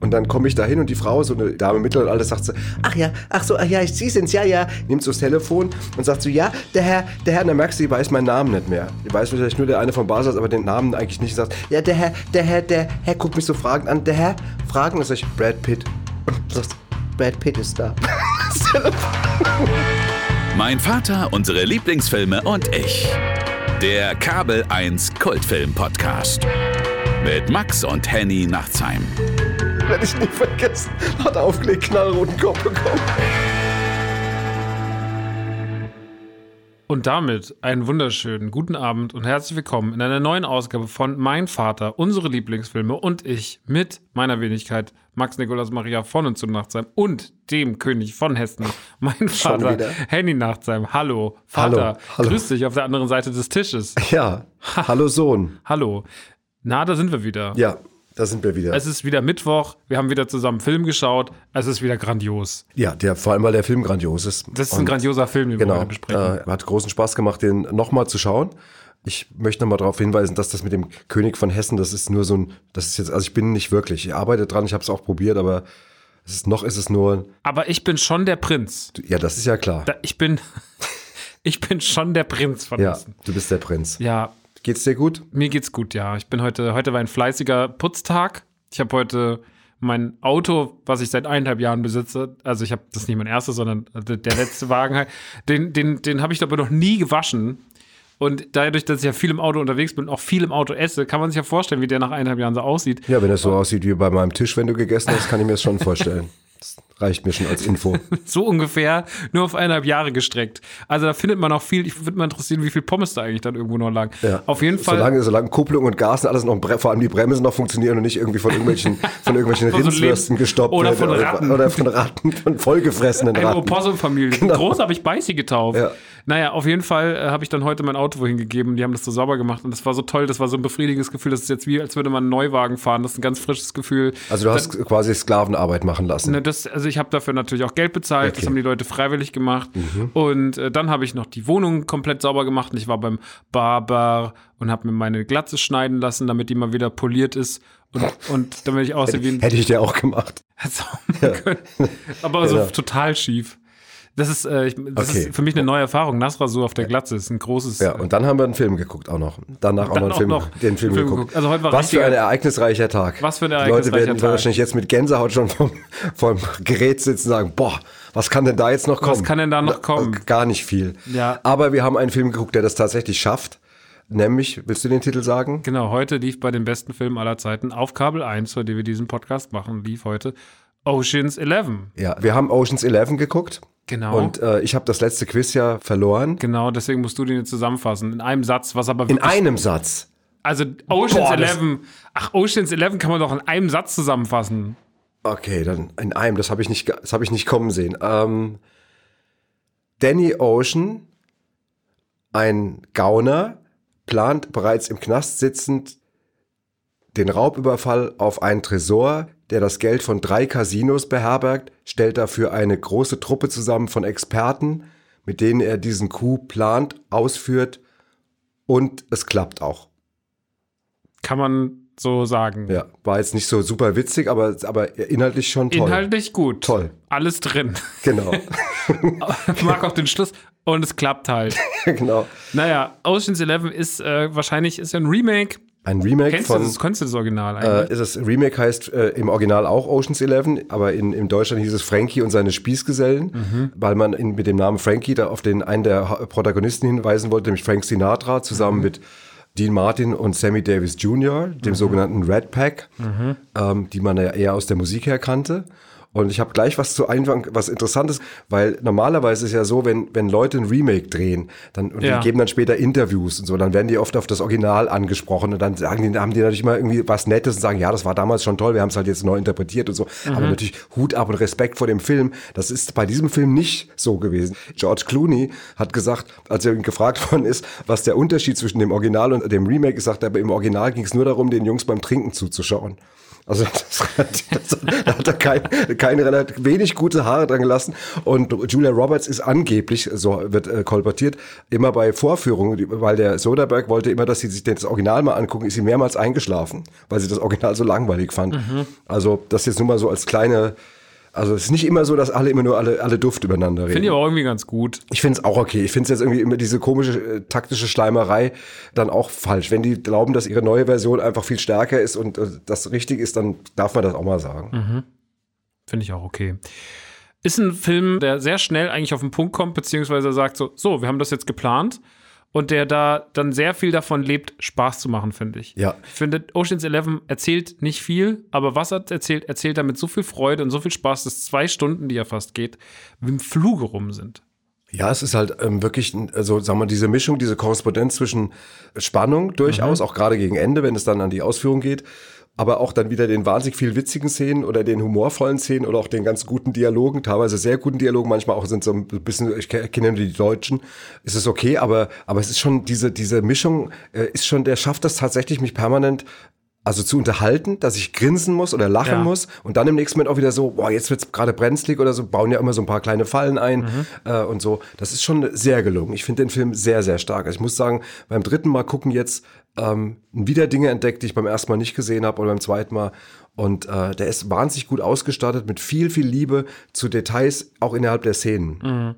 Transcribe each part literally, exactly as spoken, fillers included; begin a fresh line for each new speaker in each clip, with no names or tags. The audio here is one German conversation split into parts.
Und dann komme ich da hin und die Frau, so eine Dame mittleren Alters, sagt so, ach ja, ach so, ach ja, Sie sind's, ja, ja. Nimmt so das Telefon und sagt so, ja, der Herr, der Herr, und dann merkst du, die weiß meinen Namen nicht mehr. Die weiß vielleicht nur der eine von Basel, aber den Namen eigentlich nicht. Sagt, ja, der Herr, der Herr, der Herr guckt mich so fragend an, der Herr, fragen, und dann sag ich, Brad Pitt. Und du sagst, Brad Pitt ist da.
Mein Vater, unsere Lieblingsfilme und ich. Der Kabel eins Kultfilm-Podcast. Mit Max und Henny Nachtsheim.
Werde ich nie vergessen. Hat er aufgelegt, knallroten Kopf bekommen.
Und damit einen wunderschönen guten Abend und herzlich willkommen in einer neuen Ausgabe von Mein Vater, unsere Lieblingsfilme und ich mit meiner Wenigkeit Max Nikolaus Maria von und zu Nachtsheim und dem König von Hessen, mein Vater Henny Nachtsheim. Hallo, Vater,
hallo, hallo.
Grüß dich auf der anderen Seite des Tisches.
Ja, hallo Sohn.
Hallo. Na, da sind wir wieder.
Ja, da sind wir wieder.
Es ist wieder Mittwoch, wir haben wieder zusammen Film geschaut, es ist wieder grandios.
Ja, der, vor allem, weil der Film grandios ist.
Das ist ein
und
grandioser Film, den
genau,
wir heute besprechen.
Äh, hat großen Spaß gemacht, den nochmal zu schauen. Ich möchte nochmal darauf hinweisen, dass das mit dem König von Hessen, das ist nur so ein, das ist jetzt, also ich bin nicht wirklich, ich arbeite dran, ich habe es auch probiert, aber es ist, noch ist es nur.
Aber ich bin schon der Prinz.
Ja, das ist ja klar.
Da, ich bin, ich bin schon der Prinz von
ja,
Hessen.
Du bist der Prinz.
Ja.
Geht's dir gut?
Mir geht's gut, ja. Ich bin heute, heute war ein fleißiger Putztag. Ich habe heute mein Auto, was ich seit eineinhalb Jahren besitze, also ich habe, das ist nicht mein erstes, sondern der letzte Wagen halt, den, den, den habe ich aber noch nie gewaschen. Und dadurch, dass ich ja viel im Auto unterwegs bin und auch viel im Auto esse, kann man sich ja vorstellen, wie der nach eineinhalb Jahren so aussieht.
Ja, wenn das so aussieht wie bei meinem Tisch, wenn du gegessen hast, kann ich mir das schon vorstellen. Das reicht mir schon als Info.
So ungefähr, nur auf eineinhalb Jahre gestreckt. Also da findet man auch viel, ich würde mal interessieren, wie viel Pommes da eigentlich dann irgendwo noch lagen.
Ja.
Auf jeden Fall.
Solange, solange Kupplung und Gas und alles noch, vor allem die Bremsen noch funktionieren und nicht irgendwie von irgendwelchen, von irgendwelchen
Von so
Rindswürsten gestoppt
oder
werden.
von Ratten.
Oder von Ratten, von vollgefressenen
Eine
Ratten.
Opossum-Familie.
Genau.
Groß habe ich Beißi getauft.
Ja.
Naja, auf jeden Fall äh, habe ich dann heute mein Auto wohin gegeben. Die haben das so sauber gemacht und das war so toll. Das war so ein befriedigendes Gefühl. Das ist jetzt wie, als würde man einen Neuwagen fahren. Das ist ein ganz frisches Gefühl.
Also du hast dann quasi Sklavenarbeit machen lassen.
Ne, das, also ich habe dafür natürlich auch Geld bezahlt.
Okay.
Das haben die Leute freiwillig gemacht. Mhm. Und äh, dann habe ich noch die Wohnung komplett sauber gemacht. Und ich war beim Barber und habe mir meine Glatze schneiden lassen, damit die mal wieder poliert ist. Und, und damit ich aussehe wie ein...
Hätte ich dir auch gemacht.
Ja. Aber so
ja.
total schief. Das ist, äh, ich, das
okay.
ist für mich eine neue Erfahrung. Nassrasur auf der Glatze ist ein großes.
Ja, und dann haben wir einen Film geguckt auch noch. Danach auch noch einen
auch
Film,
noch
den Film,
Film
geguckt.
geguckt. Also heute war
Was für ein ereignisreicher Tag.
Was für ein
Die
ereignisreicher
Leute werden
Tag.
wahrscheinlich jetzt mit Gänsehaut schon vom, vom Gerät sitzen und sagen, boah, was kann denn da jetzt noch kommen?
Was kann denn da noch kommen?
Gar nicht viel.
Ja.
Aber wir haben einen Film geguckt, der das tatsächlich schafft. Nämlich, willst du den Titel sagen?
Genau, heute lief bei den besten Filmen aller Zeiten auf Kabel eins, für die wir diesen Podcast machen, lief heute Ocean's Eleven.
Ja, wir haben Ocean's Eleven geguckt.
Genau.
Und äh, ich habe das letzte Quiz ja verloren.
Genau, deswegen musst du den jetzt zusammenfassen. In einem Satz, was aber
In
wirklich...
einem Satz?
Also Ocean's
Boah,
Eleven... Ach, Ocean's Eleven kann man doch in einem Satz zusammenfassen.
Okay, dann in einem, das habe ich nicht, das habe ich nicht kommen sehen. Ähm, Danny Ocean, ein Gauner, plant bereits im Knast sitzend den Raubüberfall auf einen Tresor, der das Geld von drei Casinos beherbergt, stellt dafür eine große Truppe zusammen von Experten, mit denen er diesen Coup plant, ausführt und es klappt auch.
Kann man so sagen.
Ja, war jetzt nicht so super witzig, aber, aber inhaltlich schon toll.
Inhaltlich gut.
Toll.
Alles drin.
Genau.
Ich mag auch den Schluss. Und es klappt halt.
Genau.
Naja, Ocean's Eleven ist äh, wahrscheinlich ist ja ein Remake.
Ein Remake
Kennst
von...
du das, kennst du das Original eigentlich?
Äh, ist das Remake heißt äh, im Original auch Ocean's Eleven, aber in, in Deutschland hieß es Frankie und seine Spießgesellen, mhm. weil man in, mit dem Namen Frankie da auf den einen der Protagonisten hinweisen wollte, nämlich Frank Sinatra, zusammen mhm. mit Dean Martin und Sammy Davis Junior, dem mhm. sogenannten Red Pack, mhm. ähm, die man ja eher aus der Musik her kannte. Und ich habe gleich was zu Anfang, was Interessantes, weil normalerweise ist ja so, wenn wenn Leute ein Remake drehen, dann und
ja.
die geben dann später Interviews und so, dann werden die oft auf das Original angesprochen und dann sagen die, haben die natürlich immer irgendwie was Nettes und sagen, ja, das war damals schon toll, wir haben es halt jetzt neu interpretiert und so. Mhm. Aber natürlich Hut ab und Respekt vor dem Film. Das ist bei diesem Film nicht so gewesen. George Clooney hat gesagt, als er ihn gefragt worden ist, was der Unterschied zwischen dem Original und dem Remake ist, sagt er, aber im Original ging es nur darum, den Jungs beim Trinken zuzuschauen. Also das, das, da hat er kein, keine relativ wenig gute Haare dran gelassen. Und Julia Roberts ist angeblich, so wird äh, kolportiert, immer bei Vorführungen, weil der Soderbergh wollte immer, dass sie sich das Original mal angucken, ist sie mehrmals eingeschlafen, weil sie das Original so langweilig fand. Mhm. Also das jetzt nur mal so als kleine... Also es ist nicht immer so, dass alle immer nur alle, alle Duft übereinander reden.
Finde ich aber irgendwie ganz gut.
Ich finde es auch okay. Ich finde es jetzt irgendwie immer diese komische äh, taktische Schleimerei dann auch falsch. Wenn die glauben, dass ihre neue Version einfach viel stärker ist und äh, das richtig ist, dann darf man das auch mal sagen.
Mhm. Finde ich auch okay. Ist ein Film, der sehr schnell eigentlich auf den Punkt kommt, beziehungsweise sagt so, so, wir haben das jetzt geplant. Und der da dann sehr viel davon lebt, Spaß zu machen, finde ich.
Ja.
Ich finde, Ocean's Eleven erzählt nicht viel, aber was er erzählt, erzählt er mit so viel Freude und so viel Spaß, dass zwei Stunden, die ja fast geht, wie im Fluge rum sind.
Ja, es ist halt ähm, wirklich, also sagen wir, diese Mischung, diese Korrespondenz zwischen Spannung durchaus, mhm. auch gerade gegen Ende, wenn es dann an die Ausführung geht, aber auch dann wieder den wahnsinnig viel witzigen Szenen oder den humorvollen Szenen oder auch den ganz guten Dialogen, teilweise sehr guten Dialogen, manchmal auch sind so ein bisschen, ich kenne die Deutschen, ist es okay, aber aber es ist schon, diese diese Mischung äh, ist schon, der schafft das tatsächlich, mich permanent also zu unterhalten, dass ich grinsen muss oder lachen ja. muss und dann im nächsten Moment auch wieder so, boah, jetzt wird's gerade brenzlig oder so, bauen ja immer so ein paar kleine Fallen ein mhm. äh, und so. Das ist schon sehr gelungen. Ich finde den Film sehr, sehr stark. Also ich muss sagen, beim dritten Mal gucken jetzt ähm, wieder Dinge entdeckt, die ich beim ersten Mal nicht gesehen habe oder beim zweiten Mal. Und äh, der ist wahnsinnig gut ausgestattet mit viel, viel Liebe zu Details, auch innerhalb der Szenen.
Mhm.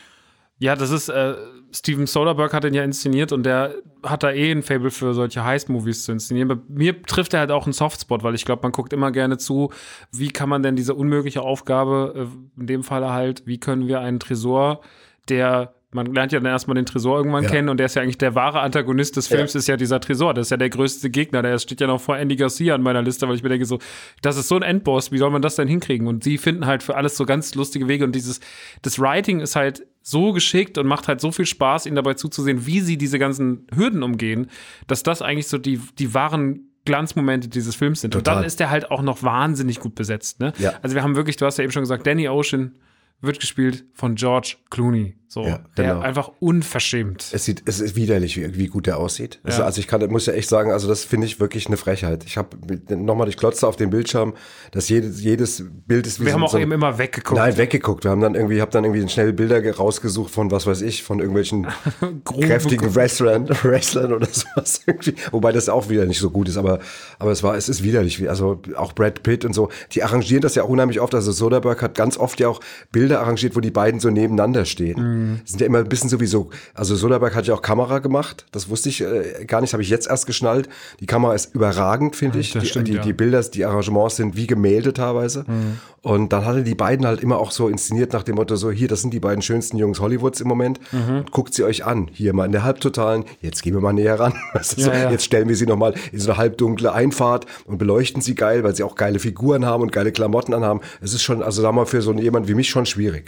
Ja, das ist, äh, Steven Soderbergh hat den ja inszeniert und der hat da eh ein Faible für solche Heist-Movies zu inszenieren. Bei mir trifft er halt auch einen Softspot, weil ich glaube, man guckt immer gerne zu, wie kann man denn diese unmögliche Aufgabe, äh, in dem Fall halt, wie können wir einen Tresor, der man lernt ja dann erstmal den Tresor irgendwann ja. kennen und der ist ja eigentlich der wahre Antagonist des Films, ja. ist ja dieser Tresor. Das ist ja der größte Gegner. Der steht ja noch vor Andy Garcia an meiner Liste, weil ich mir denke so, das ist so ein Endboss, wie soll man das denn hinkriegen? Und sie finden halt für alles so ganz lustige Wege und dieses, das Writing ist halt so geschickt und macht halt so viel Spaß, ihnen dabei zuzusehen, wie sie diese ganzen Hürden umgehen, dass das eigentlich so die, die wahren Glanzmomente dieses Films sind. Total. Und dann ist der halt auch noch wahnsinnig gut besetzt, ne? Ja. Also wir haben wirklich, du hast ja eben schon gesagt, Danny Ocean wird gespielt von George Clooney. So, ja, der genau. einfach unverschämt.
Es sieht, es ist widerlich, wie, wie gut der aussieht. Ja. Also, also ich kann, muss ja echt sagen, also das finde ich wirklich eine Frechheit. Ich habe nochmal, ich glotze auf den Bildschirm, dass jedes, jedes Bild ist wie
Wir
so,
haben auch
so,
eben immer weggeguckt.
Nein, weggeguckt. Wir haben dann irgendwie, habe dann irgendwie schnell Bilder rausgesucht von, was weiß ich, von irgendwelchen kräftigen Wrestlern, Wrestlern oder sowas irgendwie. Wobei das auch wieder nicht so gut ist, aber, aber es war, es ist widerlich. Also auch Brad Pitt und so, die arrangieren das ja auch unheimlich oft. Also Soderbergh hat ganz oft ja auch Bilder arrangiert, wo die beiden so nebeneinander stehen. Mhm. Sind ja immer ein bisschen sowieso, also Soderbergh hat ja auch Kamera gemacht, das wusste ich äh, gar nicht, habe ich jetzt erst geschnallt. Die Kamera ist überragend, finde ich. Die, stimmt, die, ja. die Bilder, die Arrangements sind wie Gemälde teilweise. Mhm. Und dann hatte die beiden halt immer auch so inszeniert nach dem Motto so, hier, das sind die beiden schönsten Jungs Hollywoods im Moment. Mhm. Und guckt sie euch an, hier mal in der Halbtotalen, jetzt gehen wir mal näher ran. Also ja, so, ja. Jetzt stellen wir sie nochmal in so eine halbdunkle Einfahrt und beleuchten sie geil, weil sie auch geile Figuren haben und geile Klamotten anhaben. Es ist schon, also sagen wir mal, für so jemand wie mich schon schwierig.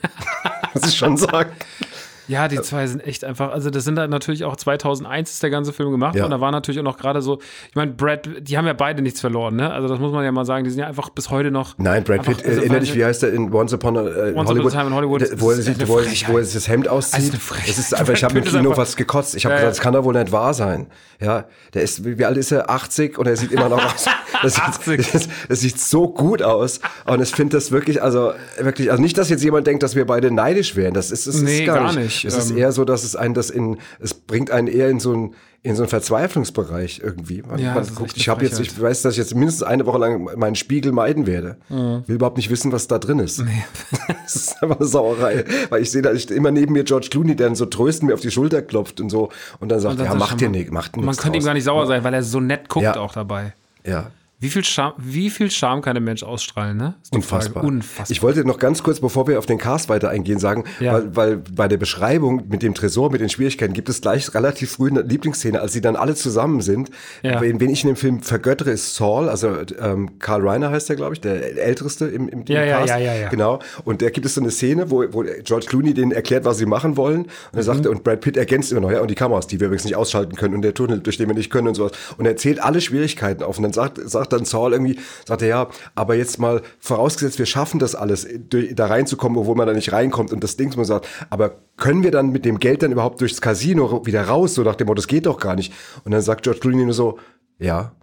Muss ich schon sagen.
Ja, die zwei sind echt einfach, also das sind dann natürlich auch zweitausendeins ist der ganze Film gemacht ja. und da war natürlich auch noch gerade so, ich meine, Brad, die haben ja beide nichts verloren, ne? Also das muss man ja mal sagen, die sind ja einfach bis heute noch.
Nein, Brad Pitt, also, erinnere dich, wie heißt der in Once Upon a, äh,
Once
Hollywood,
Upon a Time in Hollywood,
wo er sich, wo er sich, wo er sich das Hemd auszieht. Es ist einfach, ich habe im Kino fast gekotzt. Ich habe ja, gesagt, das kann doch wohl nicht wahr sein. Ja, der ist, wie alt ist er? achtzig und er sieht immer noch aus. Das sieht, das, das sieht so gut aus und ich finde das wirklich, also wirklich, also nicht, dass jetzt jemand denkt, dass wir beide neidisch wären. Das ist es
nee,
ist gar,
gar nicht.
nicht. Es ist eher so, dass es einen das in, es bringt einen eher in so ein in so einen Verzweiflungsbereich irgendwie. Man,
ja,
man guckt, ich habe jetzt, ich weiß, dass ich jetzt mindestens eine Woche lang meinen Spiegel meiden werde. Mhm. Will überhaupt nicht wissen, was da drin ist. Nee. Das ist einfach eine Sauerei. Weil ich sehe da ich, immer neben mir George Clooney, der dann so tröstend mir auf die Schulter klopft und so und dann sagt, und dann ja, macht dir nicht, macht nichts.
Man könnte ihm gar nicht sauer sein, weil er so nett guckt ja. auch dabei.
Ja.
Wie viel Charme, wie viel Charme kann ein Mensch ausstrahlen, ne?
Unfassbar.
Unfassbar.
Ich wollte noch ganz kurz, bevor wir auf den Cast weiter eingehen, sagen, ja. weil, weil bei der Beschreibung mit dem Tresor, mit den Schwierigkeiten, gibt es gleich relativ früh eine Lieblingsszene, als sie dann alle zusammen sind. Ja. Wen, wen ich in dem Film vergöttere, ist Saul, also ähm, Carl Reiner heißt der, glaube ich, der Älteste im, im, im
ja,
Cast.
Ja, ja, ja, ja.
Genau. Und da gibt es so eine Szene, wo, wo George Clooney denen erklärt, was sie machen wollen. Und er mhm. sagt, und Brad Pitt ergänzt immer noch, ja, und die Kameras, die wir übrigens nicht ausschalten können und der Tunnel, durch den wir nicht können und sowas. Und er zählt alle Schwierigkeiten auf. Und dann sagt, sagt dann Saul irgendwie, sagt er, ja, aber jetzt mal vorausgesetzt, wir schaffen das alles, da reinzukommen, obwohl man da nicht reinkommt und das Ding, man sagt, aber können wir dann mit dem Geld dann überhaupt durchs Casino wieder raus? So nach dem Motto, das geht doch gar nicht. Und dann sagt George Clooney nur so, ja,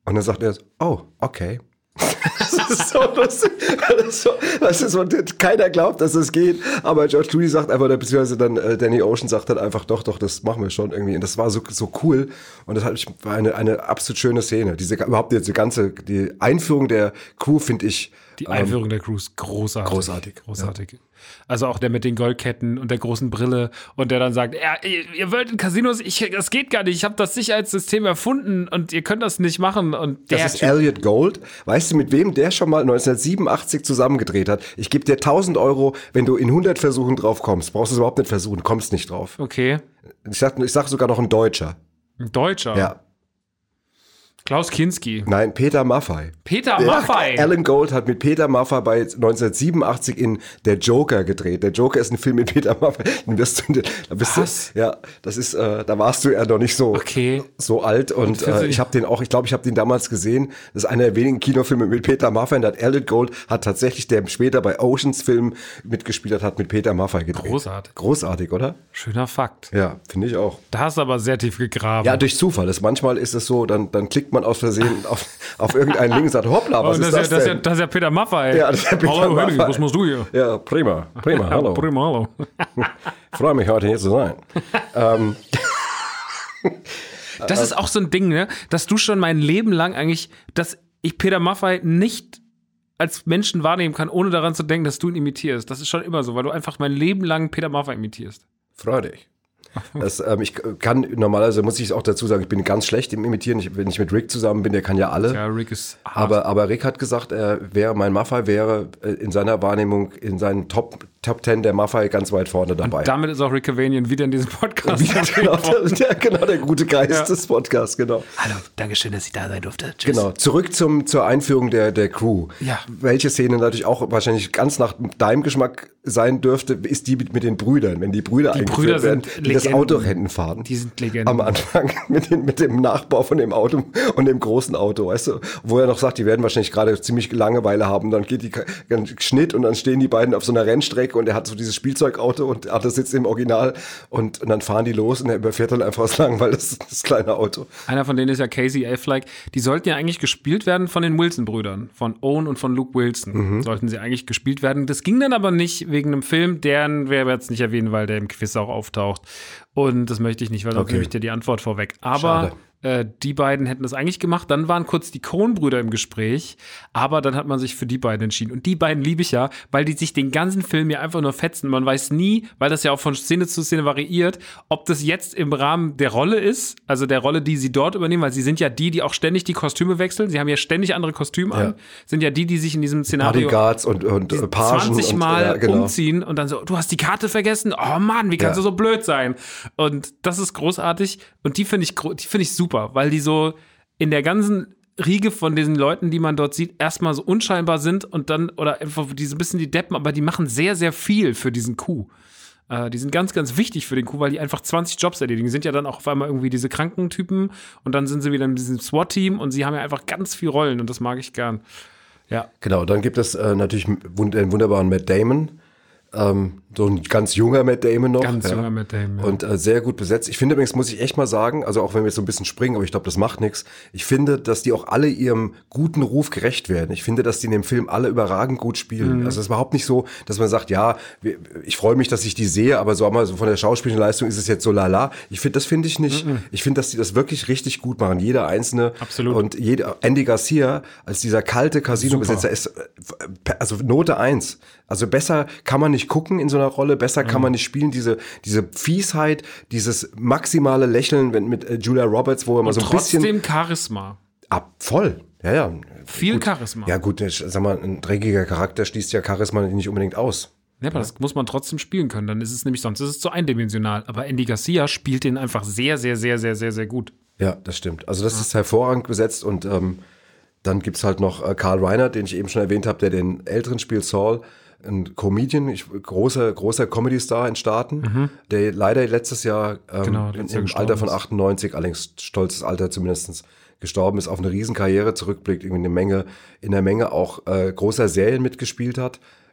Und dann sagt er, oh, okay. Das ist so lustig. Das ist so, das ist so, keiner glaubt, dass das geht. Aber George Clooney sagt einfach, beziehungsweise dann äh, Danny Ocean sagt dann einfach, doch, doch, das machen wir schon irgendwie. Und das war so, so cool. Und das war eine, eine absolut schöne Szene. Diese, überhaupt diese ganze, die Einführung der Crew finde ich.
Die Einführung ähm, der Crew ist großartig.
Großartig.
Großartig. Ja. Also auch der mit den Goldketten und der großen Brille und der dann sagt, ja, ihr, ihr wollt in Casinos, ich, das geht gar nicht, ich habe das Sicherheitssystem erfunden und ihr könnt das nicht machen. Und der
das ist Elliot Gold. Weißt du, mit wem der schon mal neunzehnhundertsiebenundachtzig zusammengedreht hat? Ich gebe dir tausend Euro, wenn du in hundert Versuchen drauf kommst. Brauchst du es überhaupt nicht versuchen, kommst nicht drauf.
Okay.
Ich sag, ich sag sogar noch ein Deutscher.
Ein Deutscher?
Ja.
Klaus Kinski.
Nein, Peter Maffay.
Peter Maffay.
Alan Gold hat mit Peter Maffay bei neunzehnhundertsiebenundachtzig in Der Joker gedreht. Der Joker ist ein Film mit Peter Maffay. Dann bist du, da bist
Was?
Du, ja, das ist, äh, da warst du ja noch nicht so,
okay.
so alt. Und, und äh, ich habe den auch, ich glaube, ich habe den damals gesehen. Das ist einer der wenigen Kinofilme mit Peter Maffay. Und hat Alan Gold hat tatsächlich, der später bei Oceans Film mitgespielt hat, hat mit Peter Maffay gedreht.
Großartig.
Großartig, oder?
Schöner Fakt.
Ja, finde ich auch.
Da hast du aber sehr tief gegraben.
Ja, durch Zufall. Das, manchmal ist es so, dann, dann klickt man aus Versehen auf, auf irgendeinen Link und sagt, hoppla, was
oh,
ist
das,
das,
das
denn?
Ja, das ist ja Peter Maffay.
Ja, das ist ja Peter
hallo,
Maffay.
Henning, was machst du hier?
Ja, prima, prima, hallo.
Prima, hallo.
Freue mich, heute hier zu sein. ähm.
Das ist auch so ein Ding, ne? Dass du schon mein Leben lang eigentlich, dass ich Peter Maffay nicht als Menschen wahrnehmen kann, ohne daran zu denken, dass du ihn imitierst. Das ist schon immer so, weil du einfach mein Leben lang Peter Maffay imitierst.
Freu dich. Das, ähm, ich kann normalerweise, muss ich es auch dazu sagen, ich bin ganz schlecht im Imitieren. Ich, wenn ich mit Rick zusammen bin, der kann ja alle.
Ja, Rick ist hart.
Aber, aber Rick hat gesagt, er wäre, mein Maffay wäre äh, in seiner Wahrnehmung, in seinen Top, Top Ten der Maffay ganz weit vorne dabei.
Und damit ist auch Rick Cavanian wieder in diesem Podcast.
Wieder, genau, der, der, genau, der gute Geist ja. des Podcasts, genau.
Hallo, danke schön, dass ich da sein durfte. Tschüss.
Genau, zurück zum, zur Einführung der, der Crew.
Ja.
Welche Szene natürlich auch wahrscheinlich ganz nach deinem Geschmack sein dürfte, ist die mit, mit den Brüdern. Wenn die Brüder
die
eingeführt
Brüder
werden,
sind
die
Legenden.
das Auto Rennen fahren.
Die sind Legenden.
Am Anfang mit, den, mit dem Nachbau von dem Auto und dem großen Auto, weißt du, wo er noch sagt, die werden wahrscheinlich gerade ziemlich Langeweile haben. Dann geht die Schnitt und dann stehen die beiden auf so einer Rennstrecke und er hat so dieses Spielzeugauto und er sitzt im Original und, und dann fahren die los und er überfährt dann einfach aus Langeweile das, das kleine Auto.
Einer von denen ist ja Casey Affleck. Die sollten ja eigentlich gespielt werden von den Wilson-Brüdern, von Owen und von Luke Wilson. Mhm. Sollten sie eigentlich gespielt werden. Das ging dann aber nicht wegen einem Film, deren werden wir jetzt nicht erwähnen, weil der im Quiz auch auftaucht. Und das möchte ich nicht, weil sonst
okay.
nehme ich dir die Antwort vorweg. Aber äh, die beiden hätten das eigentlich gemacht. Dann waren kurz die Coen-Brüder im Gespräch. Aber dann hat man sich für die beiden entschieden. Und die beiden liebe ich ja, weil die sich den ganzen Film ja einfach nur fetzen. Man weiß nie, weil das ja auch von Szene zu Szene variiert, ob das jetzt im Rahmen der Rolle ist, also der Rolle, die sie dort übernehmen, weil sie sind ja die, die auch ständig die Kostüme wechseln. Sie haben ja ständig andere Kostüme ja. an. Sind ja die, die sich in diesem Szenario
Bodyguards und, und Pagen
zwanzig Mal
und, ja, genau.
umziehen und dann so, du hast die Karte vergessen? Oh Mann, wie kannst ja. du so blöd sein? Und das ist großartig und die finde ich, die finde ich super, weil die so in der ganzen Riege von diesen Leuten, die man dort sieht, erstmal so unscheinbar sind und dann, oder einfach die so ein bisschen die Deppen, aber die machen sehr, sehr viel für diesen Coup. Äh, die sind ganz, ganz wichtig für den Coup, weil die einfach zwanzig Jobs erledigen. Die sind ja dann auch auf einmal irgendwie diese Krankentypen und dann sind sie wieder in diesem SWAT-Team und sie haben ja einfach ganz viel Rollen und das mag ich gern. Ja.
Genau, dann gibt es äh, natürlich den wunderbaren Matt Damon. Ähm, so ein ganz junger Matt Damon noch.
Ganz
ja.
junger Matt Damon, ja.
Und äh, sehr gut besetzt. Ich finde übrigens, muss ich echt mal sagen, also auch wenn wir jetzt so ein bisschen springen, aber ich glaube, das macht nichts. Ich finde, dass die auch alle ihrem guten Ruf gerecht werden. Ich finde, dass die in dem Film alle überragend gut spielen. Mhm. Also es ist überhaupt nicht so, dass man sagt, ja, ich freue mich, dass ich die sehe, aber so einmal so von der schauspielerischen Leistung ist es jetzt so lala. Ich finde, das finde ich nicht. Mhm. Ich finde, dass die das wirklich richtig gut machen. Jeder einzelne.
Absolut.
Und jeder, Andy Garcia als dieser kalte Casino-Besitzer ist, also Note eins. Also besser kann man nicht gucken in so einer Rolle, besser kann man nicht spielen, diese, diese Fiesheit, dieses maximale Lächeln wenn, mit äh, Julia Roberts, wo er mal so ein bisschen...
trotzdem Charisma.
Ab, voll, ja, ja.
Viel
gut.
Charisma.
Ja gut, sag mal, ein dreckiger Charakter schließt ja Charisma nicht unbedingt aus.
Ja, aber das muss man trotzdem spielen können, dann ist es nämlich, sonst ist es zu eindimensional. Aber Andy Garcia spielt den einfach sehr, sehr, sehr, sehr, sehr, sehr gut.
Ja, das stimmt. Also das ja. ist hervorragend besetzt und ähm, dann gibt's halt noch äh, Carl Reiner, den ich eben schon erwähnt habe, der den älteren spielt, Saul. Ein Comedian, ich, großer, großer Comedy-Star in Staaten, mhm. der leider letztes Jahr ähm,
genau,
in, im Alter von achtundneunzig, allerdings stolzes Alter zumindest, gestorben ist, auf eine Riesenkarriere zurückblickt, irgendwie eine Menge, in der Menge auch äh, großer Serien mitgespielt hat.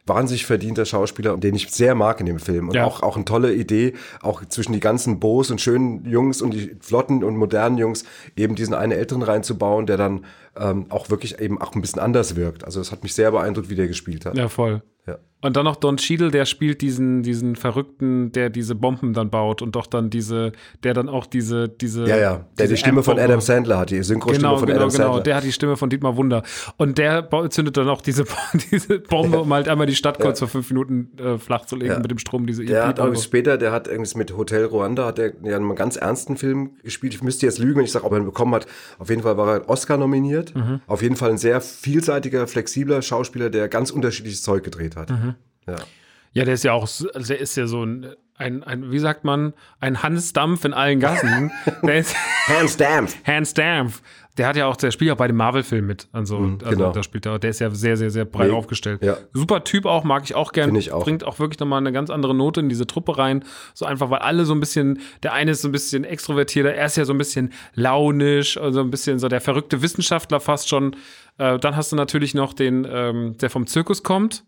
wahnsinnig verdienter Schauspieler, den ich sehr mag in dem Film. Und
Ja.
auch, auch eine tolle Idee, auch zwischen die ganzen Boos und schönen Jungs und die flotten und modernen Jungs eben diesen einen Älteren reinzubauen, der dann ähm, auch wirklich eben auch ein bisschen anders wirkt. Also das hat mich sehr beeindruckt, wie der gespielt hat.
Ja, voll.
Ja.
Und dann noch Don Cheadle, der spielt diesen, diesen Verrückten, der diese Bomben dann baut und doch dann diese, der dann auch diese, diese.
Ja, ja, der
diese
die Stimme von
Amp-Bombe-
Adam Sandler hat, die Synchrostimme
Genau,
von
genau,
Adam
genau.
Sandler.
Der hat die Stimme von Dietmar Wunder. Und der ba- zündet dann auch diese, diese Bombe, um halt einmal die Stadt kurz für fünf Minuten äh, flach zu legen
Ja.
mit dem Strom, diese
Der hat
E M P-Bombe.
auch später, der hat irgendwie mit Hotel Rwanda, hat der ja einen ganz ernsten Film gespielt. Ich müsste jetzt lügen, wenn ich sage, ob er ihn bekommen hat. Auf jeden Fall war er Oscar nominiert.
Mhm.
Auf jeden Fall ein sehr vielseitiger, flexibler Schauspieler, der ganz unterschiedliches Zeug gedreht hat.
Mhm.
Ja.
Ja, der ist ja auch, so- also der ist ja so ein, ein, ein, wie sagt man, ein Hans Dampf in allen Gassen. Der ist
Hands Dampf.
Hans Dampf. Der hat ja auch, der spielt ja auch bei dem Marvel-Film mit. Also, also
genau.
da spielt er, der ist ja sehr, sehr, sehr breit
Nee,
aufgestellt.
ja.
Super Typ auch, mag ich auch gern.
Finde ich auch.
Bringt auch wirklich nochmal eine ganz andere Note in diese Truppe rein. So einfach, weil alle so ein bisschen, der eine ist so ein bisschen extrovertierter, er ist ja so ein bisschen launisch, also ein bisschen so der verrückte Wissenschaftler fast schon. Äh, dann hast du natürlich noch den, ähm, der vom Zirkus kommt.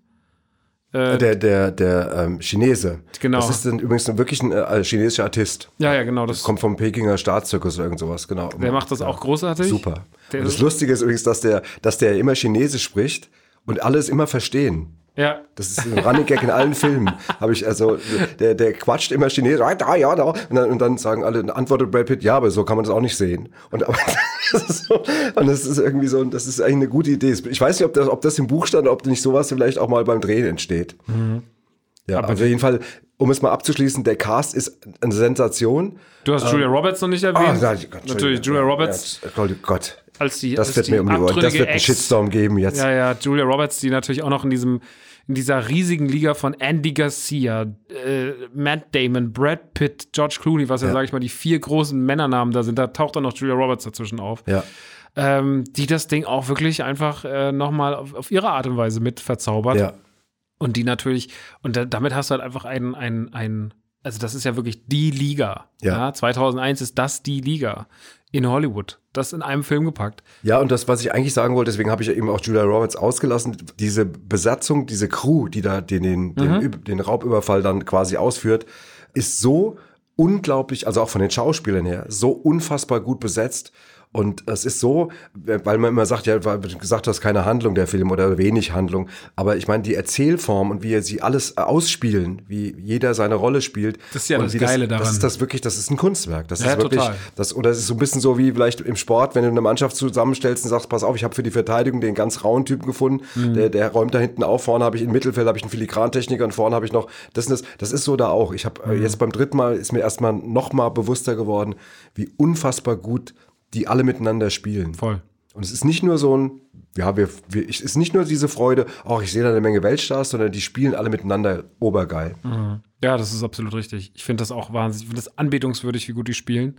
Der, der, der ähm, Chinese.
Genau.
Das ist dann übrigens ein, wirklich ein äh, chinesischer Artist.
Ja, ja, genau. Das,
Kommt vom Pekinger Staatszirkus oder irgend sowas, genau.
der macht das auch großartig.
Super.
Der
Und das
ist-
Lustige ist übrigens, dass der, dass der immer Chinesisch spricht und alles immer verstehen.
Ja.
Das ist ein Running Gag in allen Filmen. Habe ich also, der, der quatscht immer Chinesisch, ah, da, ja, da. Und dann, und dann sagen alle, antwortet Brad Pitt, ja, aber so kann man das auch nicht sehen. Und, aber, das ist so, und das ist irgendwie so, das ist eigentlich eine gute Idee. Ich weiß nicht, ob das, ob das im Buch stand, ob nicht sowas vielleicht auch mal beim Drehen entsteht. Mhm. Ja, aber auf jeden Fall, um es mal abzuschließen, der Cast ist eine Sensation.
Du hast Julia Roberts noch nicht erwähnt.
Ah, nein, Gott,
Natürlich Julia Roberts
Ja, Gott, Gott.
als die
Das
als
wird
die
mir um die Ohren. Das
abtrünnige
wird einen
Ex-
Shitstorm geben jetzt.
Ja, ja, Julia Roberts, die natürlich auch noch in diesem in dieser riesigen Liga von Andy Garcia, äh, Matt Damon, Brad Pitt, George Clooney, was ja,
Ja.
sag ich mal, die vier großen Männernamen da sind, da taucht dann noch Julia Roberts dazwischen auf.
Ja.
Ähm, die das Ding auch wirklich einfach äh, nochmal auf, auf ihre Art und Weise mit verzaubert.
Ja.
Und die natürlich, und da, damit hast du halt einfach einen, einen, einen, also das ist ja wirklich die Liga.
Ja.
zweitausendeins ist das die Liga in Hollywood. Das in einem Film gepackt.
Ja, und das, was ich eigentlich sagen wollte, deswegen habe ich ja eben auch Julia Roberts ausgelassen, diese Besatzung, diese Crew, die da den, den, den, Üb- den Raubüberfall dann quasi ausführt, ist so unglaublich, also auch von den Schauspielern her, so unfassbar gut besetzt. Und es ist so, weil man immer sagt, ja, weil du gesagt hast, keine Handlung der Film oder wenig Handlung. Aber ich meine, die Erzählform und wie sie alles ausspielen, wie jeder seine Rolle spielt.
Das ist ja
und
das
wie
Geile
das,
daran.
Das ist das wirklich, das ist ein Kunstwerk. Das
Ja,
ist wirklich,
total.
das, oder es ist so ein bisschen so wie vielleicht im Sport, wenn du eine Mannschaft zusammenstellst und sagst, pass auf, ich habe für die Verteidigung den ganz rauen Typen gefunden,
Mhm.
der, der räumt da hinten auf, vorne habe ich im Mittelfeld habe ich einen Filigrantechniker und vorne habe ich noch, das, und das, das ist so da auch. Ich habe
Mhm.
äh, jetzt beim dritten Mal ist mir erstmal noch mal bewusster geworden, wie unfassbar gut die alle miteinander spielen.
Voll.
Und es ist nicht nur so ein, ja, wir, wir, es ist nicht nur diese Freude, ach, ich sehe da eine Menge Weltstars, sondern die spielen alle miteinander obergeil.
Ja, das ist absolut richtig. Ich finde das auch wahnsinnig, ich finde das anbetungswürdig, wie gut die spielen.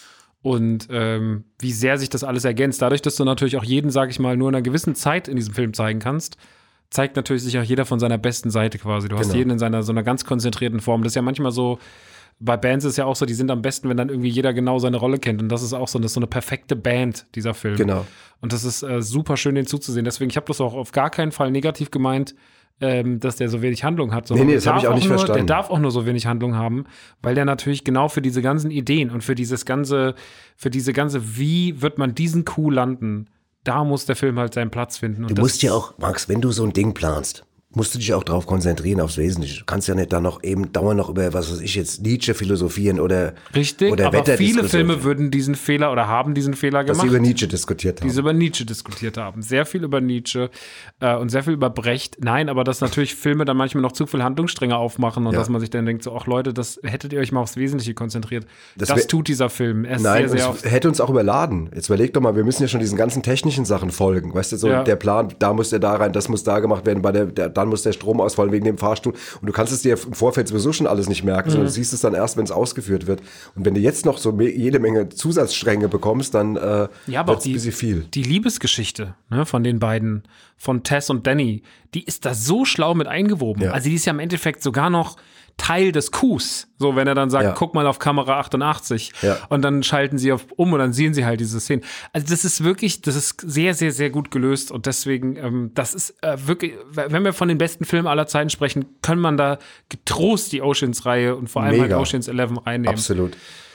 Und ähm, wie sehr sich das alles ergänzt. Dadurch, dass du natürlich auch jeden, sag ich mal, nur in einer gewissen Zeit in diesem Film zeigen kannst, zeigt natürlich sich auch jeder von seiner besten Seite quasi. Du hast
Genau.
jeden in seiner so einer ganz konzentrierten Form. Das ist ja manchmal so, bei Bands ist ja auch so, die sind am besten, wenn dann irgendwie jeder genau seine Rolle kennt. Und das ist auch so, das ist so eine perfekte Band, dieser Film.
Genau.
Und das ist äh, super schön, den zuzusehen. Deswegen, ich habe das auch auf gar keinen Fall negativ gemeint, ähm, dass der so wenig Handlung hat. sondern
Nee, nee, das
der
hab ich
darf
auch nicht
nur,
verstanden.
Der darf auch nur so wenig Handlung haben, weil der natürlich genau für diese ganzen Ideen und für dieses ganze, für diese ganze, wie wird man diesen Coup landen, da muss der Film halt seinen Platz finden. Und
Du
das
musst ja auch, Max, wenn du so ein Ding planst, musst du dich auch darauf konzentrieren, aufs Wesentliche. Du kannst ja nicht dann noch eben dauernd noch über, was weiß ich jetzt, Nietzsche philosophieren oder,
Richtig,
oder
aber viele
Wetterdiskussionen.
Filme würden diesen Fehler oder haben diesen Fehler
Dass
gemacht.
sie über Nietzsche diskutiert haben.
die sie über Nietzsche diskutiert haben. Sehr viel über Nietzsche äh, und sehr viel über Brecht. Nein, aber dass natürlich Filme dann manchmal noch zu viel Handlungsstränge aufmachen und
Ja.
dass man sich dann denkt, so, ach Leute, das hättet ihr euch mal aufs Wesentliche konzentriert. Das,
Das wär-
tut dieser Film. Er ist
Nein,
sehr, sehr
und
auf,
es hätte uns auch überladen. Jetzt überleg doch mal, wir müssen ja schon diesen ganzen technischen Sachen folgen. Weißt du, so
Ja.
der Plan, da muss der da rein, das muss da gemacht werden, bei der, der, dann muss der Strom ausfallen wegen dem Fahrstuhl. Und du kannst es dir im Vorfeld sowieso schon alles nicht merken,
Mhm.
sondern du siehst es dann erst, wenn es ausgeführt wird. Und wenn du jetzt noch so me- jede Menge Zusatzstränge bekommst, dann äh,
ja, aber
wird
auch
es
die,
ein bisschen viel.
die Liebesgeschichte ne, von den beiden, von Tess und Danny, die ist da so schlau mit eingewoben.
Ja.
Also die ist ja im Endeffekt sogar noch, Teil des Coups. So, wenn er dann sagt,
Ja.
guck mal auf Kamera achtundachtzig.
Ja.
Und dann schalten sie auf um und dann sehen sie halt diese Szene. Also das ist wirklich, das ist sehr, sehr, sehr gut gelöst. Und deswegen, ähm, das ist äh, wirklich, wenn wir von den besten Filmen aller Zeiten sprechen, kann man da getrost die Oceans-Reihe und vor allem
Mega.
halt Oceans elf reinnehmen.
Absolut.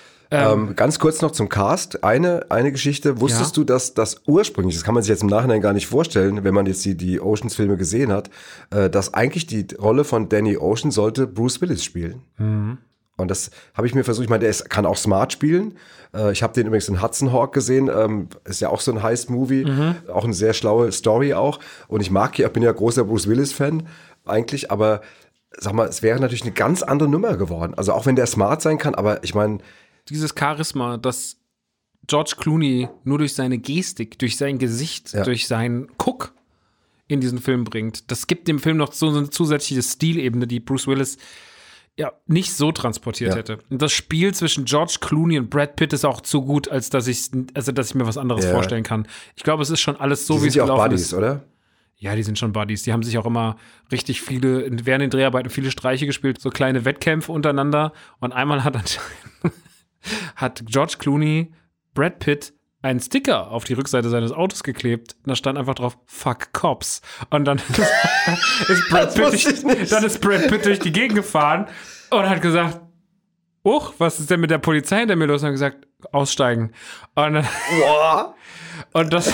Ähm, ganz kurz noch zum Cast. Eine, eine Geschichte. Wusstest
Ja.
du, dass das ursprünglich, das kann man sich jetzt im Nachhinein gar nicht vorstellen, wenn man jetzt die, die Oceans-Filme gesehen hat, äh, dass eigentlich die Rolle von Danny Ocean sollte Bruce Willis spielen.
Mhm.
Und das habe ich mir versucht. Ich meine, der ist, kann auch smart spielen. Äh, ich habe den übrigens in Hudson Hawk gesehen. Ähm, ist ja auch so ein Heist-Movie.
Mhm.
Auch eine sehr schlaue Story auch. Und ich mag ja, bin ja großer Bruce Willis-Fan eigentlich. Aber sag mal, es wäre natürlich eine ganz andere Nummer geworden. Also auch wenn der smart sein kann. Aber ich meine,
Dieses Charisma, das George Clooney nur durch seine Gestik, durch sein Gesicht,
Ja.
durch seinen Guck in diesen Film bringt, das gibt dem Film noch so eine zusätzliche Stilebene, die Bruce Willis ja nicht so transportiert
Ja.
hätte. Und das Spiel zwischen George Clooney und Brad Pitt ist auch zu gut, als dass ich, also dass ich mir was anderes
Ja.
vorstellen kann. Ich glaube, es ist schon alles so,
die
wie es
sind ja auch
gelaufen
Buddies,
ist.
oder?
Ja, die sind schon Buddies. Die haben sich auch immer richtig viele, während den Dreharbeiten viele Streiche gespielt, so kleine Wettkämpfe untereinander. Und einmal hat anscheinend hat George Clooney Brad Pitt einen Sticker auf die Rückseite seines Autos geklebt. Und da stand einfach drauf, fuck Cops. Und dann ist Brad
Das
Pitt
wusste
durch,
ich nicht.
dann ist Brad Pitt durch die Gegend gefahren und hat gesagt, uch, was ist denn mit der Polizei hinter mir los? Und hat gesagt, aussteigen. Und, dann-
Boah,
und das...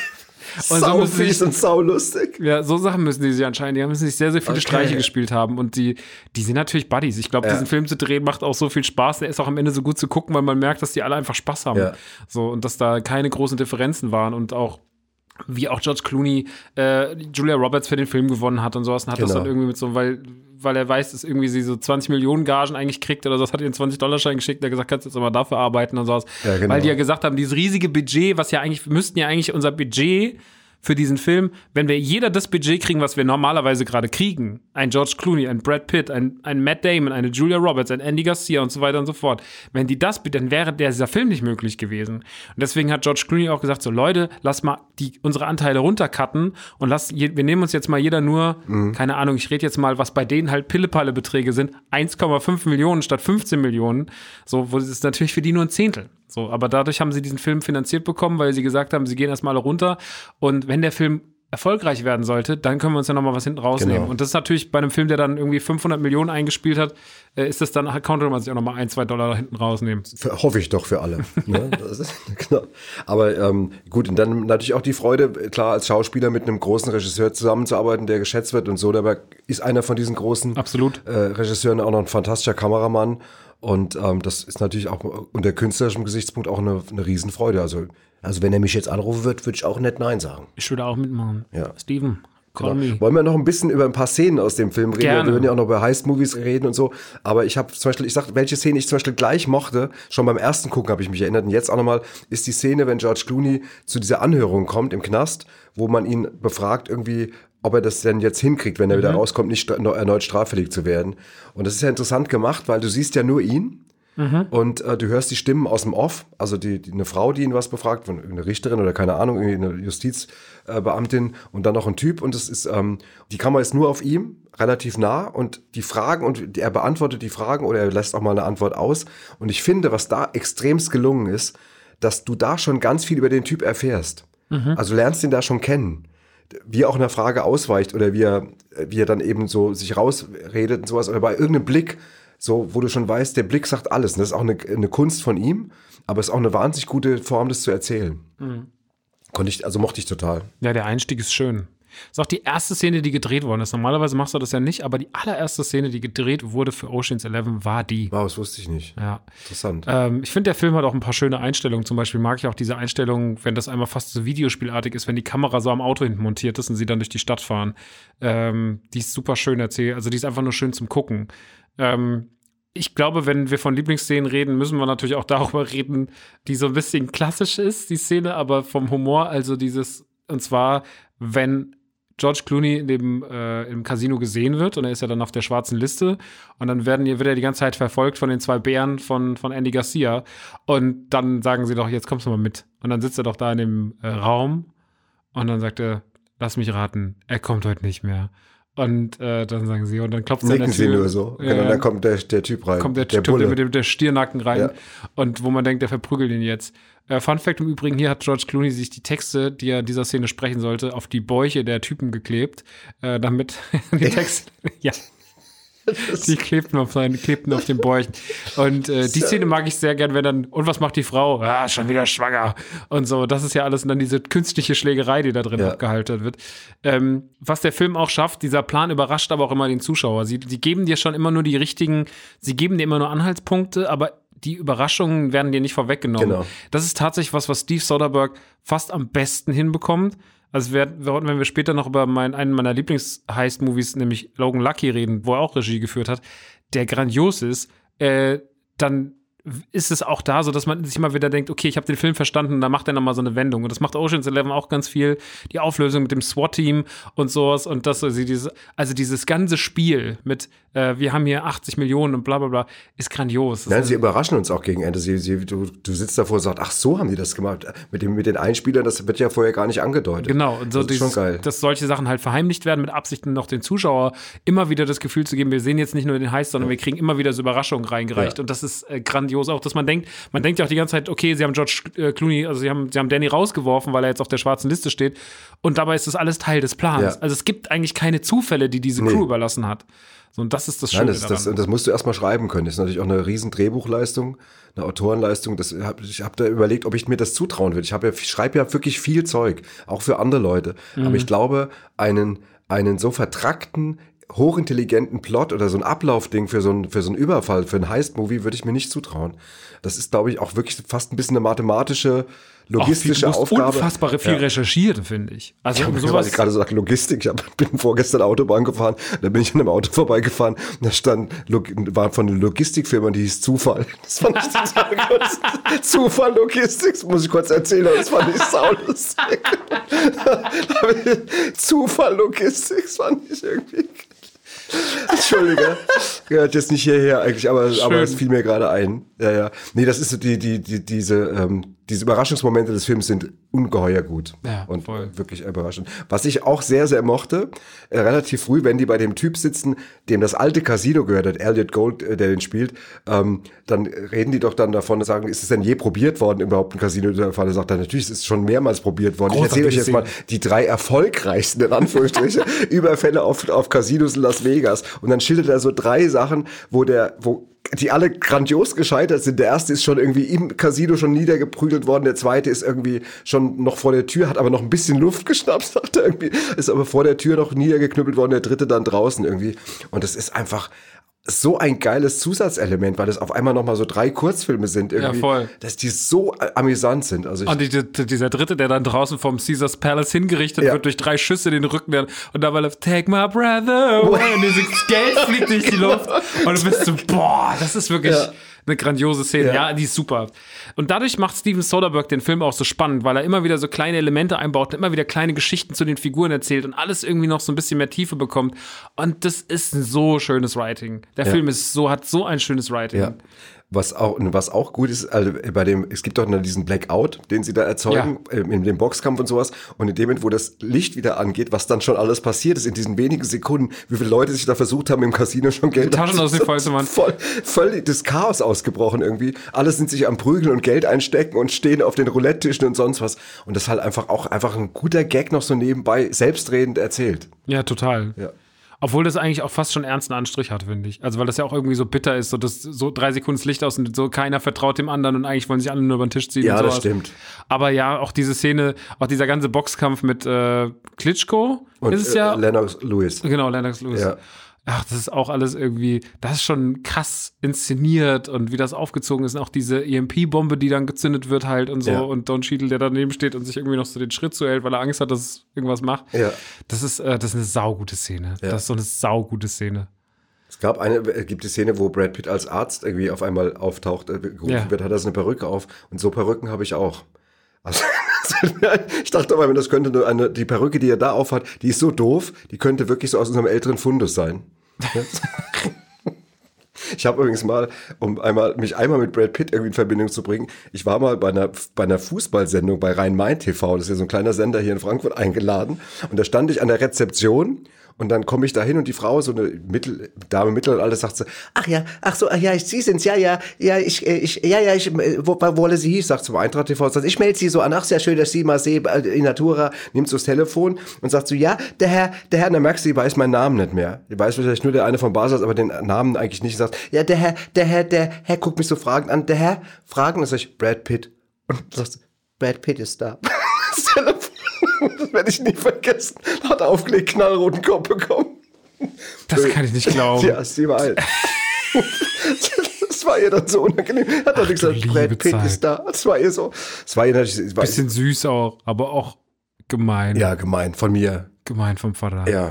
Und so
sau
müssen sie
fies
sich-
und sau lustig.
Ja, so Sachen müssen die sich anscheinend, die müssen sich sehr, sehr viele
Okay.
Streiche gespielt haben und die, die sind natürlich Buddies. Ich glaube,
Ja.
diesen Film zu drehen macht auch so viel Spaß. Der ist auch am Ende so gut zu gucken, weil man merkt, dass die alle einfach Spaß haben.
Ja.
So, und dass da keine großen Differenzen waren und auch wie auch George Clooney äh, Julia Roberts für den Film gewonnen hat und sowas und hat das
Genau.
dann irgendwie mit so, weil, weil er weiß, dass irgendwie sie so zwanzig Millionen Gagen eigentlich kriegt oder so, das hat ihr einen zwanzig-Dollar-Schein geschickt, der gesagt, kannst jetzt aber dafür arbeiten und sowas.
Ja, genau.
Weil die ja gesagt haben, dieses riesige Budget, was ja eigentlich, wir müssten ja eigentlich unser Budget für diesen Film, wenn wir jeder das Budget kriegen, was wir normalerweise gerade kriegen, ein George Clooney, ein Brad Pitt, ein, ein Matt Damon, eine Julia Roberts, ein Andy Garcia und so weiter und so fort, wenn die das, dann wäre der, dieser Film nicht möglich gewesen. Und deswegen hat George Clooney auch gesagt, so Leute, lass mal die, unsere Anteile runtercutten und lass, je, wir nehmen uns jetzt mal jeder nur, keine Ahnung, ich rede jetzt mal, was bei denen halt Pille-Palle-Beträge sind, eins Komma fünf Millionen statt fünfzehn Millionen, so, wo es ist natürlich für die nur ein Zehntel. So, aber dadurch haben sie diesen Film finanziert bekommen, weil sie gesagt haben, sie gehen erstmal alle runter und wenn der Film erfolgreich werden sollte, dann können wir uns ja noch mal was hinten rausnehmen.
Genau.
Und das ist natürlich bei einem Film, der dann irgendwie fünfhundert Millionen eingespielt hat, äh, ist das dann, konnte man sich auch noch mal ein, zwei Dollar da hinten rausnehmen.
Für, hoffe ich doch für alle. Ne? Das ist, genau. Aber ähm, gut, und dann natürlich auch die Freude, klar, als Schauspieler mit einem großen Regisseur zusammenzuarbeiten, der geschätzt wird und so. Dabei ist einer von diesen großen
Absolut.
äh, Regisseuren auch noch ein fantastischer Kameramann. Und ähm, das ist natürlich auch unter künstlerischem Gesichtspunkt auch eine, eine Riesenfreude. Also,
Also wenn er mich jetzt anrufen wird, würde ich auch nicht Nein sagen.
Ich würde auch mitmachen.
Ja.
Steven, call me.
wollen wir noch ein bisschen über ein paar Szenen aus dem Film reden?
Gerne.
Wir würden ja auch noch über Heist-Movies reden und so. Aber ich habe zum Beispiel, ich sag, welche Szene ich zum Beispiel gleich mochte, schon beim ersten Gucken habe ich mich erinnert. Und jetzt auch nochmal, ist die Szene, wenn George Clooney zu dieser Anhörung kommt im Knast, wo man ihn befragt irgendwie, ob er das denn jetzt hinkriegt, wenn er wieder rauskommt, nicht stra- noch erneut straffällig zu werden. Und das ist ja interessant gemacht, weil du siehst ja nur ihn. Und äh, du hörst die Stimmen aus dem Off, also die, die eine Frau, die ihn was befragt, von eine Richterin oder keine Ahnung, irgendwie eine Justizbeamtin äh, und dann noch ein Typ. Und es ist, ähm, die Kamera ist nur auf ihm, relativ nah und die Fragen und er beantwortet die Fragen oder er lässt auch mal eine Antwort aus. Und ich finde, was da extremst gelungen ist, dass du da schon ganz viel über den Typ erfährst. Also lernst ihn da schon kennen. Wie er auch einer Frage ausweicht oder wie er, wie er dann eben so sich rausredet und sowas oder bei irgendeinem Blick, so, wo du schon weißt, der Blick sagt alles. Und das ist auch eine, eine Kunst von ihm, aber es ist auch eine wahnsinnig gute Form, das zu erzählen.
Mhm.
Konnte ich, also mochte ich total.
Ja, der Einstieg ist schön. Ist auch die erste Szene, die gedreht worden ist. Normalerweise machst du das ja nicht, aber die allererste Szene, die gedreht wurde für Oceans elf, war die.
Wow, das wusste ich nicht.
Ja.
Interessant.
Ähm, ich finde, der Film hat auch ein paar schöne Einstellungen. Zum Beispiel mag ich auch diese Einstellung, wenn das einmal fast so videospielartig ist, wenn die Kamera so am Auto hinten montiert ist und sie dann durch die Stadt fahren. Ähm, die ist super schön erzählt. Also die ist einfach nur schön zum Gucken. Ähm, ich glaube, wenn wir von Lieblingsszenen reden, müssen wir natürlich auch darüber reden, die so ein bisschen klassisch ist, die Szene, aber vom Humor, also dieses, und zwar, wenn George Clooney in dem, äh, im Casino gesehen wird und er ist ja dann auf der schwarzen Liste und dann werden, wird er die ganze Zeit verfolgt von den zwei Bären von, von Andy Garcia und dann sagen sie doch, jetzt kommst du mal mit. Und dann sitzt er doch da in dem äh, Raum und dann sagt er, lass mich raten, er kommt heute nicht mehr. Und äh, dann sagen sie, und dann klopft es an der
Nicken
Tür.
sie nur so.
Ja,
genau, dann kommt der, der Typ rein.
Kommt der,
der
Typ
Bulle.
mit dem der Stirnacken rein.
Ja.
Und wo man denkt, der verprügelt ihn jetzt. Äh, Fun Fact im Übrigen, hier hat George Clooney sich die Texte, die er in dieser Szene sprechen sollte, auf die Bäuche der Typen geklebt, äh, damit die Texte, ja, die klebten auf, seinen, klebten auf den Bäuchen. Und äh, die Szene mag ich sehr gern, wenn dann, und was macht die Frau? Ah, schon wieder schwanger. Und so, das ist ja alles, und dann diese künstliche Schlägerei, die da drin
Ja.
abgehalten wird. Ähm, was der Film auch schafft, dieser Plan überrascht aber auch immer den Zuschauer. Sie, sie geben dir schon immer nur die richtigen, sie geben dir immer nur Anhaltspunkte, aber die Überraschungen werden dir nicht vorweggenommen.
Genau.
Das ist tatsächlich was, was Steve Soderbergh fast am besten hinbekommt. Also wir, wenn wir später noch über mein, einen meiner Lieblings-Heist-Movies, nämlich Logan Lucky, reden, wo er auch Regie geführt hat, der grandios ist, äh, dann ist es auch da so, dass man sich mal wieder denkt, okay, ich habe den Film verstanden, und dann macht er nochmal so eine Wendung. Und das macht Ocean's Eleven auch ganz viel. Die Auflösung mit dem SWAT-Team und sowas. Und das, also dieses, also dieses ganze Spiel mit, äh, wir haben hier achtzig Millionen und bla bla bla, ist grandios. Das
Nein,
ist,
sie überraschen uns auch gegen Ende. Sie, sie, du, du sitzt davor und sagst, ach, so haben die das gemacht. Mit, dem, mit den Einspielern, das wird ja vorher gar nicht angedeutet.
Genau, und so
das ist
dieses,
schon geil.
dass solche Sachen halt verheimlicht werden, mit Absichten noch den Zuschauer immer wieder das Gefühl zu geben, wir sehen jetzt nicht nur den Heist, sondern wir kriegen immer wieder so Überraschungen reingereicht.
Ja.
Und das ist äh, grandios auch, dass man denkt, man denkt ja auch die ganze Zeit, okay, sie haben George äh, Clooney, also sie haben, sie haben Danny rausgeworfen, weil er jetzt auf der schwarzen Liste steht. Und dabei ist das alles Teil des Plans.
Ja.
Also es gibt eigentlich keine Zufälle, die diese
Nee.
Crew überlassen hat. So, und das ist das Schöne
Nein, das, das,
daran.
das musst du erstmal schreiben können. Das ist natürlich auch eine riesen Drehbuchleistung, eine Autorenleistung. Das hab, ich habe da überlegt, ob ich mir das zutrauen würde. Ich, hab ja, ich schreibe ja wirklich viel Zeug, auch für andere Leute.
Mhm.
Aber ich glaube, einen, einen so vertrackten, hochintelligenten Plot oder so ein Ablaufding für so einen, für so einen Überfall, für ein Heist-Movie würde ich mir nicht zutrauen. Das ist, glaube ich, auch wirklich fast ein bisschen eine mathematische, logistische
Auch viel,
Aufgabe.
Unfassbar viel
Ja.
recherchiert, finde ich. Also um
Weil
sowas.
ich gerade so sage, Logistik. Ich hab, bin vorgestern Autobahn gefahren, da bin ich an einem Auto vorbeigefahren, da stand, Log- war von einer Logistikfirma, die hieß Zufall. Das fand ich total gut. Zufall Logistik, das muss ich kurz erzählen, aber das fand ich saulustig. Zufall Logistik, das fand ich irgendwie. Entschuldige, gehört jetzt nicht hierher eigentlich, aber, aber es fiel mir gerade ein. Ja, ja. Nee, das ist so die, die, die, diese, ähm, diese Überraschungsmomente des Films sind ungeheuer gut.
Ja,
und
voll.
wirklich überraschend. Was ich auch sehr, sehr mochte, äh, relativ früh, wenn die bei dem Typ sitzen, dem das alte Casino gehört hat, Elliot Gold, äh, der den spielt, ähm, dann reden die doch dann davon und sagen, ist es denn je probiert worden, überhaupt ein Casino zu erfahren? Er sagt dann, natürlich, es ist schon mehrmals probiert worden. Ich erzähle euch jetzt mal die drei erfolgreichsten, in Anführungsstrichen, Überfälle auf, auf Casinos in Las Vegas. Und dann schildert er so drei Sachen, wo der, wo die alle grandios gescheitert sind. Der erste ist schon irgendwie im Casino schon niedergeprügelt worden. Der zweite ist irgendwie schon noch vor der Tür, hat aber noch ein bisschen Luft geschnappt, sagt er irgendwie. Ist aber vor der Tür noch niedergeknüppelt worden. Der dritte dann draußen irgendwie. Und das ist einfach so ein geiles Zusatzelement, weil das auf einmal noch mal so drei Kurzfilme sind irgendwie,
Ja, voll.
dass die so amüsant sind. Also ich,
Und die, die, dieser dritte, der dann draußen vom Caesars Palace hingerichtet
Ja.
wird durch drei Schüsse in den Rücken der, und dabei läuft Take my brother away und dieses Geld fliegt durch die Luft und du bist so, boah, das ist wirklich
Ja.
eine grandiose Szene. Ja.
Ja.
Die ist super. Und dadurch macht Steven Soderbergh den Film auch so spannend, weil er immer wieder so kleine Elemente einbaut und immer wieder kleine Geschichten zu den Figuren erzählt und alles irgendwie noch so ein bisschen mehr Tiefe bekommt. Und das ist ein so schönes Writing. Der
Ja.
Film ist so, hat so ein schönes Writing.
ja. Was auch, was auch gut ist, also bei dem, es gibt doch noch diesen Blackout, den sie da erzeugen,
Ja.
ähm, in dem Boxkampf und sowas. Und in dem Moment, wo das Licht wieder angeht, was dann schon alles passiert ist, in diesen wenigen Sekunden, wie viele Leute sich da versucht haben, im Casino schon Geld
Taschen aus dem Fäuste,
voll, voll das Chaos ausgebrochen irgendwie. Alle sind sich am Prügeln und Geld einstecken und stehen auf den Roulette-Tischen und sonst was. Und das halt einfach auch einfach ein guter Gag noch so nebenbei selbstredend erzählt.
Ja, total.
Ja.
Obwohl das eigentlich auch fast schon ernsten Anstrich hat, finde ich. Also weil das ja auch irgendwie so bitter ist, so dass so drei Sekunden das Licht aus und so keiner vertraut dem anderen und eigentlich wollen sich alle nur über den Tisch ziehen.
Ja,
und
das
sowas.
stimmt.
Aber ja, auch diese Szene, auch dieser ganze Boxkampf mit äh, Klitschko
Und
ist es
äh,
ja.
Lennox Lewis.
Genau, Lennox Lewis.
Ja.
Ach, das ist auch alles irgendwie, das ist schon krass inszeniert und wie das aufgezogen ist. Und auch diese E M P-Bombe, die dann gezündet wird halt und so.
Ja.
Und Don Cheadle, der daneben steht und sich irgendwie noch so den Schritt zuhält, weil er Angst hat, dass es irgendwas macht.
Ja.
Das ist, äh, das ist eine saugute Szene.
Ja.
Das ist so eine saugute Szene.
Es gab eine, es gibt die Szene, wo Brad Pitt als Arzt irgendwie auf einmal auftaucht, äh, gerufen
Ja.
wird, hat er so eine Perücke auf. Und so Perücken habe ich auch. Also, ich dachte aber, das könnte nur eine, die Perücke, die er da aufhat, die ist so doof, die könnte wirklich so aus unserem älteren Fundus sein. Ich habe übrigens mal, um einmal mich einmal mit Brad Pitt irgendwie in Verbindung zu bringen, ich war mal bei einer, bei einer Fußballsendung bei Rhein-Main T V, das ist ja so ein kleiner Sender hier in Frankfurt, eingeladen. Und da stand ich an der Rezeption Und dann komme ich da hin und die Frau, so eine Mittel, Dame mittleren Alters, sagt so, ach ja, ach so, ach ja, Sie sind's, ja, ja, ja, ich, ich, ja, ja, ich, wo, wo wolle Sie hieß, sagt zum Eintracht T V, sagt, ich melde Sie so an, ach, sehr schön, dass Sie mal sehen, in Natura, nimmt so das Telefon und sagt so, ja, der Herr, der Herr, und dann merkst du, die weiß meinen Namen nicht mehr. Die weiß vielleicht nur der eine von Basel, aber den Namen eigentlich nicht, sagt, ja, der Herr, der Herr, der Herr guckt mich so fragend an, der Herr, fragen, und sag ich, Brad Pitt. Und sagst, Brad Pitt ist da. Das Telefon, das werde ich nie vergessen. Hat aufgelegt, knallroten Kopf bekommen.
Das kann ich nicht glauben.
Ja, ist überall. Das war ihr dann so unangenehm. Hat doch gesagt, Brad Pitt
Zeit.
ist da. Das war ihr so. Das war ihr natürlich.
Bisschen süß auch, aber auch gemein.
Ja, gemein von mir.
Gemein vom Vater.
Ja.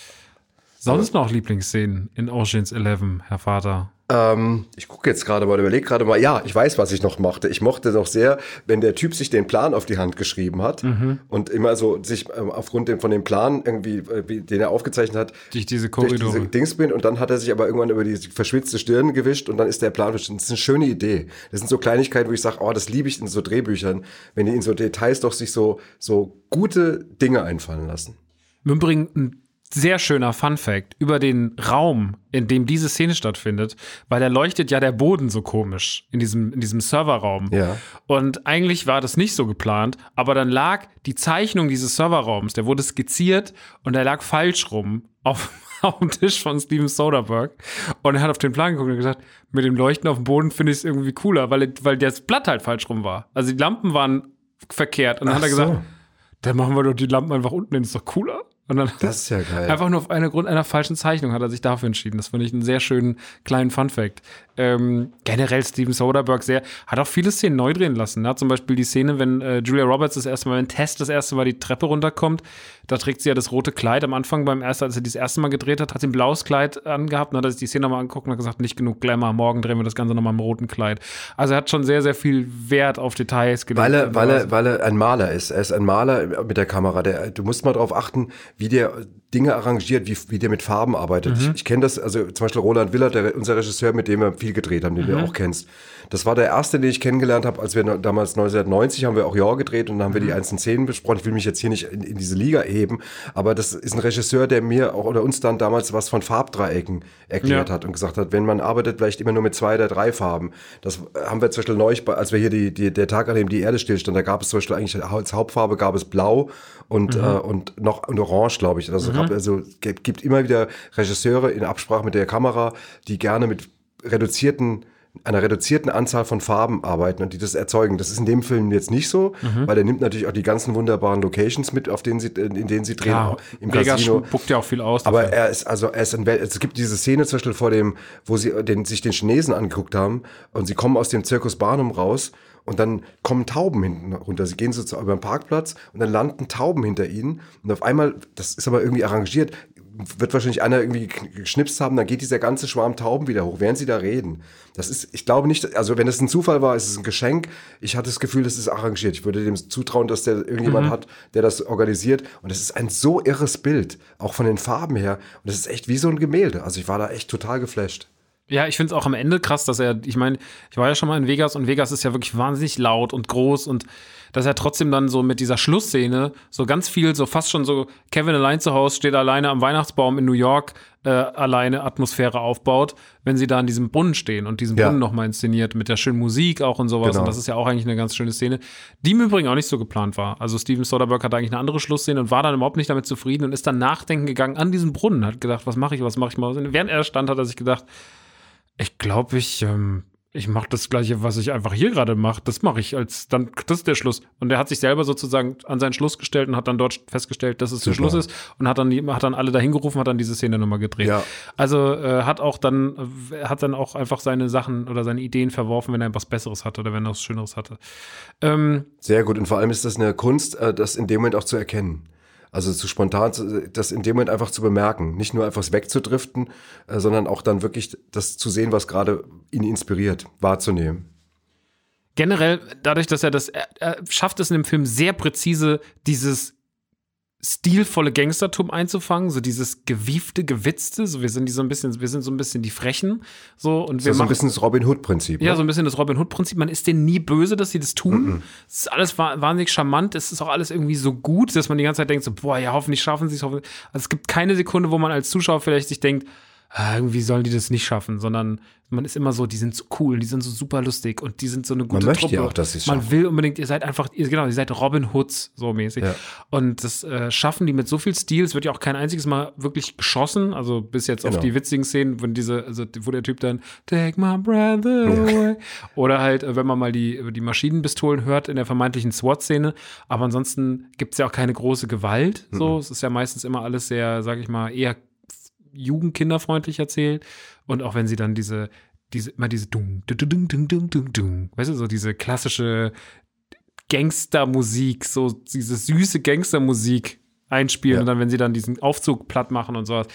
Sonst noch Lieblingsszenen in Ocean's Eleven, Herr Vater?
Ähm, ich gucke jetzt gerade mal, überlege gerade mal, ja, ich weiß, was ich noch mochte. Ich mochte noch sehr, wenn der Typ sich den Plan auf die Hand geschrieben hat mhm. und immer so sich ähm, aufgrund dem, von dem Plan irgendwie, äh, wie, den er aufgezeichnet hat,
durch diese Korridore.
Durch diese Dings bin und dann hat er sich aber irgendwann über die verschwitzte Stirn gewischt und dann ist der Plan bestimmt. Das ist eine schöne Idee. Das sind so Kleinigkeiten, wo ich sage, oh, das liebe ich in so Drehbüchern, wenn die in so Details doch sich so, so gute Dinge einfallen lassen.
Im Übrigen ein sehr schöner Funfact über den Raum, in dem diese Szene stattfindet, weil da leuchtet ja der Boden so komisch in diesem, in diesem Serverraum.
Ja.
Und eigentlich war das nicht so geplant, aber dann lag die Zeichnung dieses Serverraums, der wurde skizziert und der lag falsch rum auf, auf dem Tisch von Steven Soderbergh. Und er hat auf den Plan geguckt und gesagt, mit dem Leuchten auf dem Boden finde ich es irgendwie cooler, weil, weil das Blatt halt falsch rum war. Also die Lampen waren verkehrt. Und dann
Ach
hat er
so.
gesagt, dann machen wir doch die Lampen einfach unten hin, ist doch cooler. Und dann
Das ist ja geil.
einfach nur auf eine Grund einer falschen Zeichnung hat er sich dafür entschieden. Das fand ich einen sehr schönen kleinen Funfact. Ähm, generell Steven Soderbergh sehr, hat auch viele Szenen neu drehen lassen. Ne? Zum Beispiel die Szene, wenn äh, Julia Roberts das erste Mal, wenn Tess das erste Mal die Treppe runterkommt, da trägt sie ja das rote Kleid. Am Anfang beim ersten, als er das erste Mal gedreht hat, hat sie ein blaues Kleid angehabt und hat er sich die Szene nochmal angeguckt und hat gesagt, nicht genug Glamour, morgen drehen wir das Ganze nochmal im roten Kleid. Also er hat schon sehr, sehr viel Wert auf Details gelegt.
Weil er, weil er, weil er ein Maler ist. Er ist ein Maler mit der Kamera. Der, du musst mal darauf achten, wie der Dinge arrangiert, wie, wie der mit Farben arbeitet. Mhm. Ich, ich kenne das, also zum Beispiel Roland Willert, der, unser Regisseur, mit dem wir viel gedreht haben, den mhm. du auch kennst. Das war der erste, den ich kennengelernt habe, als wir damals neunzehnhundertneunzig haben wir auch Ja gedreht und dann haben wir mhm. die einzelnen Szenen besprochen. Ich will mich jetzt hier nicht in, in diese Liga erheben, aber das ist ein Regisseur, der mir auch oder uns dann damals was von Farbdreiecken erklärt ja. hat und gesagt hat, wenn man arbeitet, vielleicht immer nur mit zwei oder drei Farben. Das haben wir zum Beispiel neulich, als wir hier die, die, der Tag, an dem die Erde stillstand, da gab es zum Beispiel eigentlich als Hauptfarbe gab es Blau und, mhm. äh, und noch und Orange, glaube ich. Also, mhm. also gibt immer wieder Regisseure in Absprache mit der Kamera, die gerne mit reduzierten einer reduzierten Anzahl von Farben arbeiten und die das erzeugen. Das ist in dem Film jetzt nicht so, mhm. weil er nimmt natürlich auch die ganzen wunderbaren Locations mit, auf denen sie, in denen sie drehen,
ja,
im
Vegas
Casino.
spuckt ja auch viel aus.
Aber
dafür.
er ist, also er ist ein Welt, es gibt diese Szene zum Beispiel vor dem, wo sie den, sich den Chinesen angeguckt haben und sie kommen aus dem Circus Barnum raus und dann kommen Tauben hinten runter. Sie gehen so zu, über den Parkplatz und dann landen Tauben hinter ihnen und auf einmal, das ist aber irgendwie arrangiert, wird wahrscheinlich einer irgendwie geschnipst haben, dann geht dieser ganze Schwarm Tauben wieder hoch, während sie da reden. Das ist, ich glaube nicht, also wenn es ein Zufall war, ist es ein Geschenk. Ich hatte das Gefühl, das ist arrangiert. Ich würde dem zutrauen, dass der irgendjemand mhm. hat, der das organisiert. Und es ist ein so irres Bild, auch von den Farben her. Und es ist echt wie so ein Gemälde. Also ich war da echt total geflasht.
Ja, ich finde es auch am Ende krass, dass er, ich meine, ich war ja schon mal in Vegas und Vegas ist ja wirklich wahnsinnig laut und groß und dass er trotzdem dann so mit dieser Schlussszene so ganz viel, so fast schon so Kevin allein zu Hause steht alleine am Weihnachtsbaum in New York, äh, alleine Atmosphäre aufbaut, wenn sie da an diesem Brunnen stehen und diesen
ja.
Brunnen nochmal inszeniert mit der schönen Musik auch und sowas.
Genau.
Und das ist ja auch eigentlich eine ganz schöne Szene, die im Übrigen auch nicht so geplant war. Also Steven Soderbergh hatte eigentlich eine andere Schlussszene und war dann überhaupt nicht damit zufrieden und ist dann nachdenken gegangen an diesem Brunnen, hat gedacht, was mache ich, was mache ich mal. Und während er stand, hat er sich gedacht, ich glaube, ich, ähm, ich mache das Gleiche, was ich einfach hier gerade mache. Das mache ich als, dann, das ist der Schluss. Und er hat sich selber sozusagen an seinen Schluss gestellt und hat dann dort festgestellt, dass es der Schluss ist und hat dann, die, hat dann alle dahin gerufen, hat dann diese Szene nochmal gedreht.
Ja.
Also äh, hat auch dann, äh, hat dann auch einfach seine Sachen oder seine Ideen verworfen, wenn er was Besseres hatte oder wenn er was Schöneres hatte. Ähm,
Sehr gut. Und vor allem ist das eine Kunst, das in dem Moment auch zu erkennen. Also zu spontan, das in dem Moment einfach zu bemerken. Nicht nur einfach wegzudriften, sondern auch dann wirklich das zu sehen, was gerade ihn inspiriert, wahrzunehmen.
Generell, dadurch, dass er das, er, er schafft es in dem Film sehr präzise, dieses stilvolle Gangstertum einzufangen, so dieses gewiefte, gewitzte, so wir sind die so ein bisschen, wir sind so ein bisschen die Frechen, so und
Das
wir
ist so ein
machen
bisschen das Robin Hood-Prinzip.
ja
ne?
so ein bisschen das Robin Hood Prinzip. Man ist denen nie böse, dass sie das tun.
Mhm.
Es ist alles wa- wahnsinnig charmant. Es ist auch alles irgendwie so gut, dass man die ganze Zeit denkt so, boah, ja hoffentlich schaffen sie es. Hoffentlich. Also es gibt keine Sekunde, wo man als Zuschauer vielleicht sich denkt, ah, irgendwie sollen die das nicht schaffen, sondern man ist immer so, die sind so cool, die sind so super lustig und die sind so eine gute
möchte
Truppe.
ja auch, dass sie es
Man
schaffen.
will unbedingt, ihr seid einfach, ihr, genau, ihr seid Robin Hoods, so mäßig.
Ja.
Und das äh, schaffen die mit so viel Stil. Es wird ja auch kein einziges Mal wirklich geschossen, also bis jetzt auf
Genau.
die witzigen Szenen, wenn diese, also wo der Typ dann Take my breath away. Oder halt, äh, wenn man mal die, die Maschinenpistolen hört in der vermeintlichen SWAT-Szene. Aber ansonsten gibt es ja auch keine große Gewalt. So, es ist ja meistens immer alles sehr, sag ich mal, eher jugendkinderfreundlich erzählt. Und auch wenn sie dann diese, diese, immer diese dung, dung, dung, dung, dung, dung, dung, weißt du, so diese klassische Gangstermusik, so diese süße Gangstermusik einspielen
Ja.
und dann, wenn sie dann diesen Aufzug platt machen und sowas.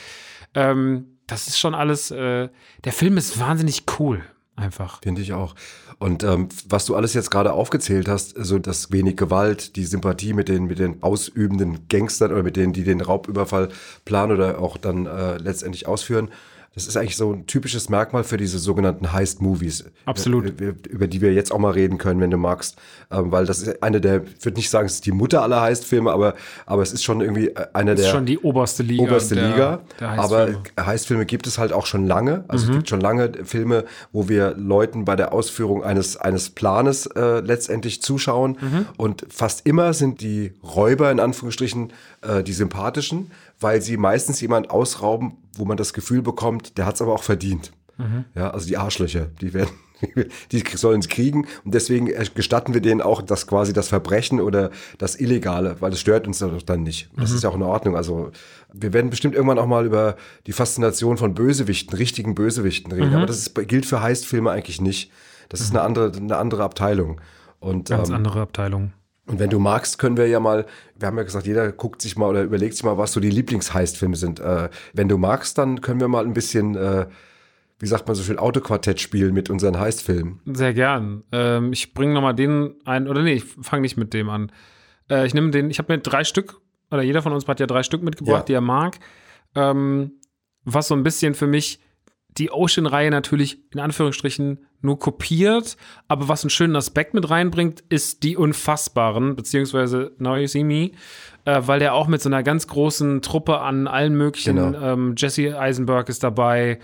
Ähm, das ist schon alles, äh, der Film ist wahnsinnig cool, einfach.
Finde ich auch. Und ähm, was du alles jetzt gerade aufgezählt hast, so das wenig Gewalt, die Sympathie mit den, mit den ausübenden Gangstern oder mit denen, die den Raubüberfall planen oder auch dann äh, letztendlich ausführen, das ist eigentlich so ein typisches Merkmal für diese sogenannten Heist-Movies.
Absolut.
Äh, über die wir jetzt auch mal reden können, wenn du magst. Ähm, weil das ist eine der, ich würde nicht sagen, es ist die Mutter aller Heist-Filme, aber, aber es ist schon irgendwie einer
Das
der
ist schon die oberste Liga.
oberste
der,
Liga.
Der
aber
Heistfilme.
Heistfilme gibt es halt auch schon lange. Also
Mhm.
es gibt schon lange Filme, wo wir Leuten bei der Ausführung eines, eines Planes äh, letztendlich zuschauen.
Mhm.
Und fast immer sind die Räuber in Anführungsstrichen äh, die sympathischen, weil sie meistens jemand ausrauben, wo man das Gefühl bekommt, der hat es aber auch verdient.
Mhm.
Ja, also die Arschlöcher, die werden, die sollen es kriegen und deswegen gestatten wir denen auch das quasi das Verbrechen oder das Illegale, weil es stört uns doch dann nicht. Das
Mhm.
ist ja auch in Ordnung. Also wir werden bestimmt irgendwann auch mal über die Faszination von Bösewichten, richtigen Bösewichten reden,
Mhm.
aber das ist, gilt für Heistfilme eigentlich nicht. Das ist eine andere, eine andere Abteilung. Und,
Ganz
ähm,
andere Abteilung.
und wenn du magst, können wir ja mal, wir haben ja gesagt, jeder guckt sich mal oder überlegt sich mal, was so die Lieblings-Heist-Filme sind. Äh, wenn du magst, dann können wir mal ein bisschen, äh, wie sagt man so schön, Autoquartett spielen mit unseren Heist-Filmen.
Sehr gern. Ähm, ich bringe nochmal den ein, oder nee, ich fange nicht mit dem an. Äh, ich nehme den, ich habe mir drei Stück, oder jeder von uns hat ja drei Stück mitgebracht,
Ja.
die er mag. Ähm, was so ein bisschen für mich die Ocean-Reihe natürlich in Anführungsstrichen nur kopiert, aber was einen schönen Aspekt mit reinbringt, ist die Unfassbaren, beziehungsweise Now You See Me, äh, weil der auch mit so einer ganz großen Truppe an allen möglichen,
Genau.
ähm, Jesse Eisenberg ist dabei,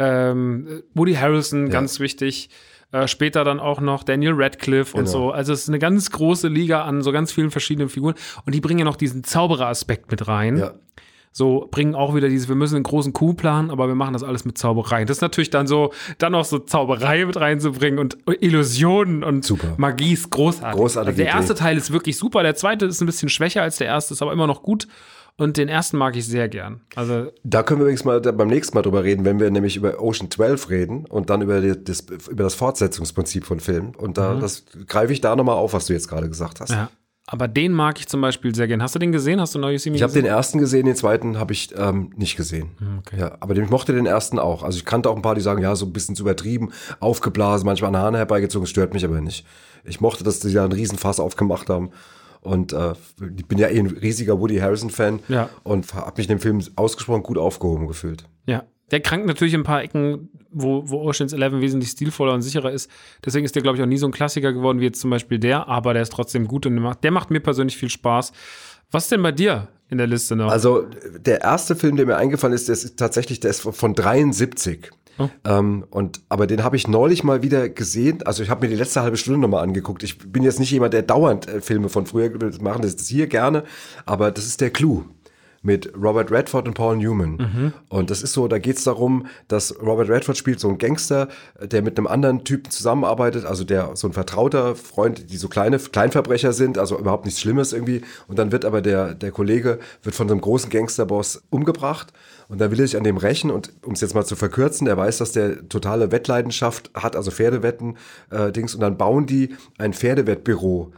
ähm, Woody Harrelson,
Ja.
ganz wichtig, äh, später dann auch noch Daniel Radcliffe und
Genau.
so. Also es ist eine ganz große Liga an so ganz vielen verschiedenen Figuren und die bringen ja noch diesen Zauberer-Aspekt mit rein.
Ja.
So bringen auch wieder dieses, wir müssen einen großen Coup planen, aber wir machen das alles mit Zauberei. Das ist natürlich dann so, dann noch so Zauberei mit reinzubringen und Illusionen und
Super.
Magie ist großartig.
Großartige
Also der
Idee.
erste Teil ist wirklich super, der zweite ist ein bisschen schwächer als der erste, ist aber immer noch gut. Und den ersten mag ich sehr gern. Also
Da können wir übrigens mal da beim nächsten Mal drüber reden, wenn wir nämlich über Ocean zwölf reden und dann über, die, das, über das Fortsetzungsprinzip von Filmen. Und da das greife ich da nochmal auf, was du jetzt gerade gesagt hast.
ja. Aber den mag ich zum Beispiel sehr gern. Hast du den gesehen? Hast du Now You See Me
Ich habe den
gesehen?
ersten gesehen, den zweiten habe ich ähm, nicht gesehen.
okay.
Ja, aber ich mochte den ersten auch. Also ich kannte auch ein paar, die sagen, ja, so ein bisschen zu übertrieben, aufgeblasen, manchmal an den Haaren herbeigezogen, es stört mich aber nicht. Ich mochte, dass die da einen Riesenfass aufgemacht haben. Und äh, ich bin ja eh ein riesiger Woody Harrelson-Fan
Ja.
und habe mich in dem Film ausgesprochen gut aufgehoben gefühlt.
Ja. Der krankt natürlich in ein paar Ecken, wo, wo Ocean's Eleven wesentlich stilvoller und sicherer ist. Deswegen ist der, glaube ich, auch nie so ein Klassiker geworden wie jetzt zum Beispiel der, aber der ist trotzdem gut und der macht, der macht mir persönlich viel Spaß. Was ist denn bei dir in der Liste noch?
Also der erste Film, der mir eingefallen ist, der ist tatsächlich, der ist von dreiundsiebzig.
Oh.
Ähm, und, aber den habe ich neulich mal wieder gesehen. Also ich habe mir die letzte halbe Stunde nochmal angeguckt. Ich bin jetzt nicht jemand, der dauernd äh, Filme von früher machen, das ist hier gerne, aber das ist der Clou. Mit Robert Redford und Paul Newman.
Mhm.
Und das ist so, da geht's darum, dass Robert Redford spielt so einen Gangster, der mit einem anderen Typen zusammenarbeitet, also der so ein vertrauter Freund, die so kleine Kleinverbrecher sind, also überhaupt nichts Schlimmes irgendwie. Und dann wird aber der, der Kollege wird von so einem großen Gangsterboss umgebracht. Und dann will er sich an dem rächen und um es jetzt mal zu verkürzen, er weiß, dass der totale Wettleidenschaft hat, also Pferdewetten, äh, Dings. Und dann bauen die ein Pferdewettbüro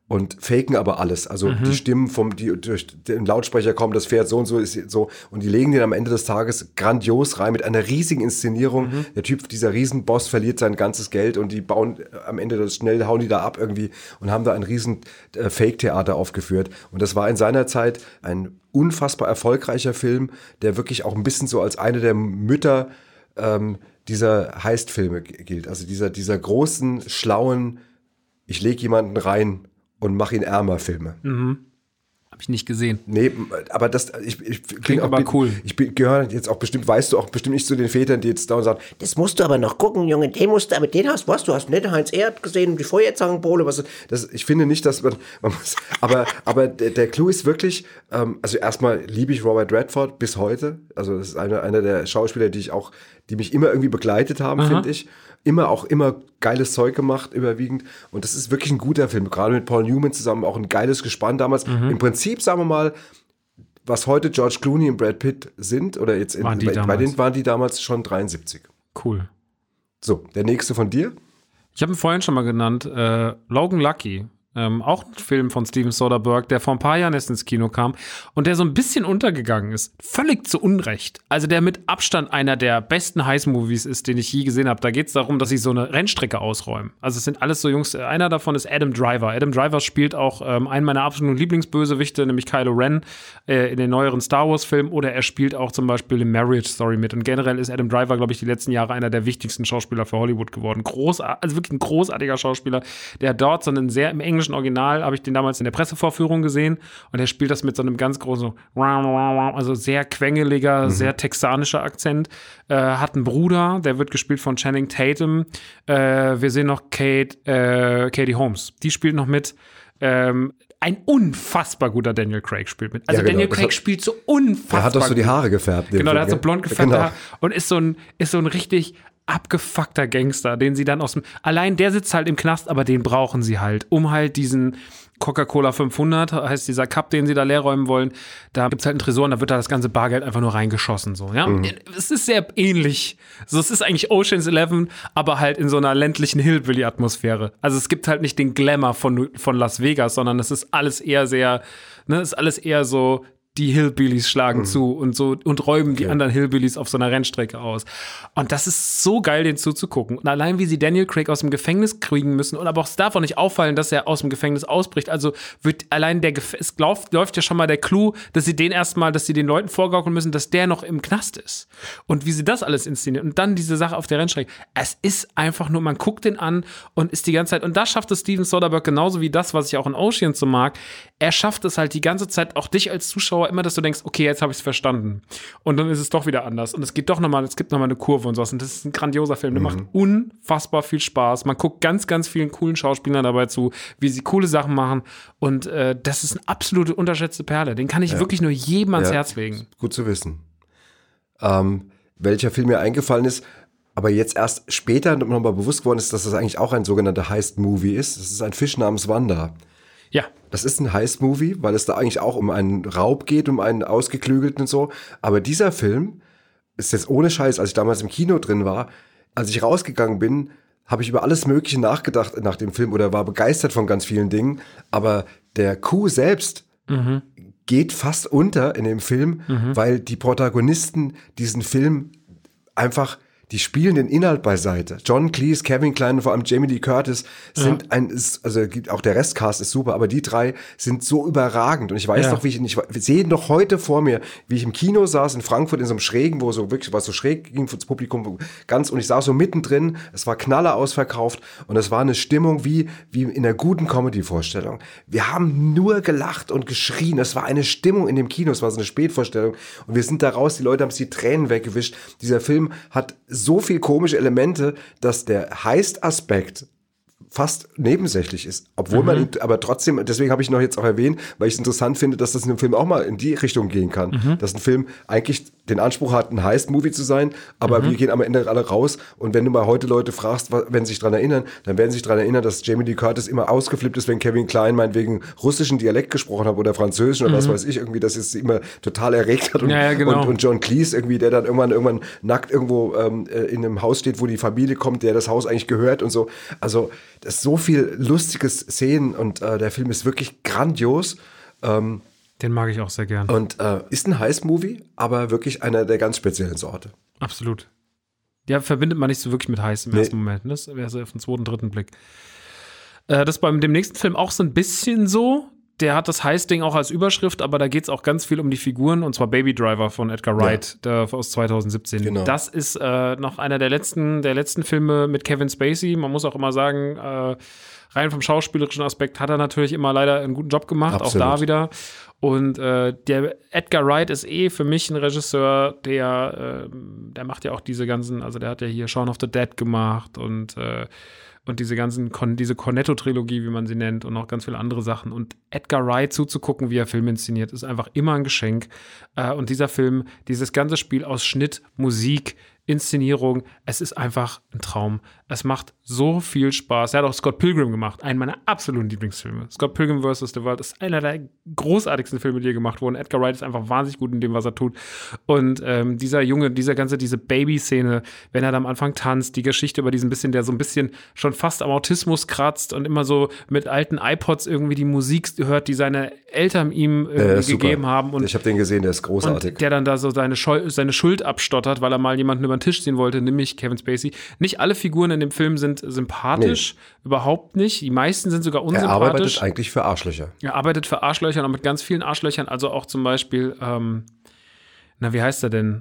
und faken aber alles. Also mhm. die Stimmen, vom, die durch den Lautsprecher kommen, das Pferd so und so ist so. Und die legen den am Ende des Tages grandios rein mit einer riesigen Inszenierung. Mhm. Der Typ, dieser Riesenboss, verliert sein ganzes Geld und die bauen am Ende das schnell, hauen die da ab irgendwie und haben da ein riesen äh, Fake-Theater aufgeführt. Und das war in seiner Zeit ein unfassbar erfolgreicher Film, der wirklich auch ein bisschen so als eine der Mütter ähm, dieser Heist-Filme gilt. Also dieser, dieser großen, schlauen, ich lege jemanden rein und mach ihn ärmer Filme.
Mhm. Habe ich nicht gesehen.
Nee, aber das, ich, ich
klingt aber
auch,
cool.
Ich gehöre jetzt auch bestimmt, weißt du auch bestimmt nicht zu den Vätern, die jetzt da und sagen,
das musst du aber noch gucken, Junge, den musst du, aber den hast, was, du hast nicht Heinz Erd gesehen, die Feuerzangenbowle, was,
das, ich finde nicht, dass man, man muss, aber, aber der, der Clou ist wirklich, ähm, also erstmal liebe ich Robert Redford bis heute, also das ist einer, einer der Schauspieler, die ich auch, die mich immer irgendwie begleitet haben, finde ich. Immer auch immer geiles Zeug gemacht, überwiegend. Und das ist wirklich ein guter Film. Gerade mit Paul Newman zusammen auch ein geiles Gespann damals. Mhm. Im Prinzip, sagen wir mal, was heute George Clooney und Brad Pitt sind, oder jetzt in,
waren die
bei,
damals?
bei denen waren die damals schon dreiundsiebzig.
Cool.
So, der nächste von dir?
Ich habe ihn vorhin schon mal genannt. Äh, Logan Lucky. Ähm, auch ein Film von Steven Soderbergh, der vor ein paar Jahren erst ins Kino kam und der so ein bisschen untergegangen ist. Völlig zu Unrecht. Also der mit Abstand einer der besten Heist-Movies ist, den ich je gesehen habe. Da geht es darum, dass sie so eine Rennstrecke ausräumen. Also es sind alles so Jungs. Einer davon ist Adam Driver. Adam Driver spielt auch ähm, einen meiner absoluten Lieblingsbösewichte, nämlich Kylo Ren äh, in den neueren Star Wars-Filmen. Oder er spielt auch zum Beispiel in Marriage Story mit. Und generell ist Adam Driver, glaube ich, die letzten Jahre einer der wichtigsten Schauspieler für Hollywood geworden. Großart- also wirklich ein großartiger Schauspieler, der dort so einen sehr im englischen Original, habe ich den damals in der Pressevorführung gesehen und er spielt das mit so einem ganz großen, also sehr quengeliger, mhm. sehr texanischer Akzent, äh, hat einen Bruder, der wird gespielt von Channing Tatum, äh, wir sehen noch Kate, äh, Katie Holmes, die spielt noch mit, ähm, ein unfassbar guter Daniel Craig spielt mit. Also ja, genau. Daniel Craig hat, spielt so unfassbar.
Der hat doch so die Haare gefärbt.
Genau,
Film,
der hat so blond gefärbte
genau.
Haare und ist so ein, ist so ein richtig abgefuckter Gangster, den sie dann aus dem, allein der sitzt halt im Knast, aber den brauchen sie halt, um halt diesen Coca-Cola fünfhundert, heißt dieser Cup, den sie da leer räumen wollen, da gibt's halt einen Tresor und da wird da das ganze Bargeld einfach nur reingeschossen, so, ja. Mhm. Es ist sehr ähnlich. So, es ist eigentlich Ocean's Eleven, aber halt in so einer ländlichen Hillbilly-Atmosphäre. Also es gibt halt nicht den Glamour von, von Las Vegas, sondern es ist alles eher sehr, ne, es ist alles eher so, die Hillbillies schlagen mhm. zu und so und räumen die okay. anderen Hillbillies auf so einer Rennstrecke aus. Und das ist so geil, den zuzugucken. Und allein, wie sie Daniel Craig aus dem Gefängnis kriegen müssen, und aber auch es darf auch nicht auffallen, dass er aus dem Gefängnis ausbricht. Also wird allein der Gef- es läuft, läuft ja schon mal der Clou, dass sie den erstmal, dass sie den Leuten vorgaukeln müssen, dass der noch im Knast ist. Und wie sie das alles inszenieren. Und dann diese Sache auf der Rennstrecke. Es ist einfach nur, man guckt den an und ist die ganze Zeit, und da schafft es Steven Soderbergh genauso wie das, was ich auch in Oceans so mag. Er schafft es halt die ganze Zeit, auch dich als Zuschauer immer, dass du denkst, okay, jetzt habe ich es verstanden. Und dann ist es doch wieder anders. Und es geht doch nochmal, es gibt nochmal eine Kurve und sowas. Und das ist ein grandioser Film. Der mhm. macht unfassbar viel Spaß. Man guckt ganz, ganz vielen coolen Schauspielern dabei zu, wie sie coole Sachen machen. Und äh, das ist eine absolute unterschätzte Perle. Den kann ich ja. wirklich nur jedem ans ja. Herz legen.
Gut zu wissen. Ähm, welcher Film mir eingefallen ist, aber jetzt erst später nochmal bewusst geworden ist, dass das eigentlich auch ein sogenannter Heist-Movie ist. Das ist ein Fisch namens Wanda.
Ja.
Das ist ein Heist-Movie, weil es da eigentlich auch um einen Raub geht, um einen ausgeklügelten und so. Aber dieser Film ist jetzt ohne Scheiß, als ich damals im Kino drin war, als ich rausgegangen bin, habe ich über alles Mögliche nachgedacht nach dem Film oder war begeistert von ganz vielen Dingen. Aber der Coup selbst mhm. geht fast unter in dem Film, mhm. weil die Protagonisten diesen Film einfach, die spielen den Inhalt beiseite. John Cleese, Kevin Kline und vor allem Jamie Lee Curtis sind ja. ein, also auch der Restcast ist super, aber die drei sind so überragend. Und ich weiß
ja.
noch, wie ich, ich sehe noch heute vor mir, wie ich im Kino saß in Frankfurt in so einem Schrägen, wo so wirklich was so schräg ging fürs Publikum ganz, und ich saß so mittendrin, es war knaller ausverkauft und es war eine Stimmung wie, wie in einer guten Comedy-Vorstellung. Wir haben nur gelacht und geschrien. Es war eine Stimmung in dem Kino, es war so eine Spätvorstellung und wir sind da raus, die Leute haben sich die Tränen weggewischt. Dieser Film hat so viel komische Elemente, dass der Heist-Aspekt fast nebensächlich ist. Obwohl mhm. man, aber trotzdem, deswegen habe ich noch jetzt auch erwähnt, weil ich es interessant finde, dass das in dem Film auch mal in die Richtung gehen kann. Mhm. Dass ein Film eigentlich den Anspruch hat, ein Heist-Movie zu sein, aber mhm. wir gehen am Ende alle raus und wenn du mal heute Leute fragst, wenn sie sich daran erinnern, dann werden sie sich daran erinnern, dass Jamie Lee Curtis immer ausgeflippt ist, wenn Kevin Kline meinetwegen russischen Dialekt gesprochen hat oder französischen mhm. oder was weiß ich, irgendwie, dass es sie immer total erregt hat und,
ja, ja, genau.
und, und John Cleese irgendwie, der dann irgendwann irgendwann nackt irgendwo ähm, in einem Haus steht, wo die Familie kommt, der das Haus eigentlich gehört und so. Also das ist so viel lustige Szenen und äh, der Film ist wirklich grandios. Ähm,
Den mag ich auch sehr gern.
Und äh, ist ein Heist-Movie, aber wirklich einer der ganz speziellen Sorte.
Absolut. Ja, verbindet man nicht so wirklich mit Heist im
Nee.
ersten Moment. Ne? Das wäre so auf den zweiten, dritten Blick. Äh, das ist beim dem nächsten Film auch so ein bisschen so. Der hat das Heist-Ding auch als Überschrift, aber da geht es auch ganz viel um die Figuren, und zwar Baby Driver von Edgar Wright, ja. der aus zwanzig siebzehn.
Genau.
Das ist äh, noch einer der letzten, der letzten Filme mit Kevin Spacey. Man muss auch immer sagen, äh, rein vom schauspielerischen Aspekt hat er natürlich immer leider einen guten Job gemacht,
Absolut.
auch da wieder. Und äh, der Edgar Wright ist eh für mich ein Regisseur, der, äh, der macht ja auch diese ganzen, also der hat ja hier Shaun of the Dead gemacht und äh, und diese ganzen, diese Cornetto-Trilogie, wie man sie nennt, und noch ganz viele andere Sachen. Und Edgar Wright zuzugucken, wie er Filme inszeniert, ist einfach immer ein Geschenk. Äh, und dieser Film, dieses ganze Spiel aus Schnitt, Musik, Inszenierung, es ist einfach ein Traum. Es macht so viel Spaß. Er hat auch Scott Pilgrim gemacht, einen meiner absoluten Lieblingsfilme. Scott Pilgrim versus. The World ist einer der großartigsten Filme, die je gemacht wurden. Edgar Wright ist einfach wahnsinnig gut in dem, was er tut. Und ähm, dieser Junge, dieser ganze, diese Baby-Szene, wenn er da am Anfang tanzt, die Geschichte über diesen bisschen, der so ein bisschen schon fast am Autismus kratzt und immer so mit alten iPods irgendwie die Musik hört, die seine Eltern ihm äh,
Ja,
gegeben
super.
haben. Und
ich habe den gesehen, der ist großartig.
Und der dann da so seine, Scheu- seine Schuld abstottert, weil er mal jemanden über den Tisch ziehen wollte, nämlich Kevin Spacey. Nicht alle Figuren in dem Film sind sympathisch, nee. Überhaupt nicht. Die meisten sind sogar unsympathisch.
Er arbeitet eigentlich für Arschlöcher.
Er arbeitet für Arschlöcher und mit ganz vielen Arschlöchern, also auch zum Beispiel, ähm, na, wie heißt er denn?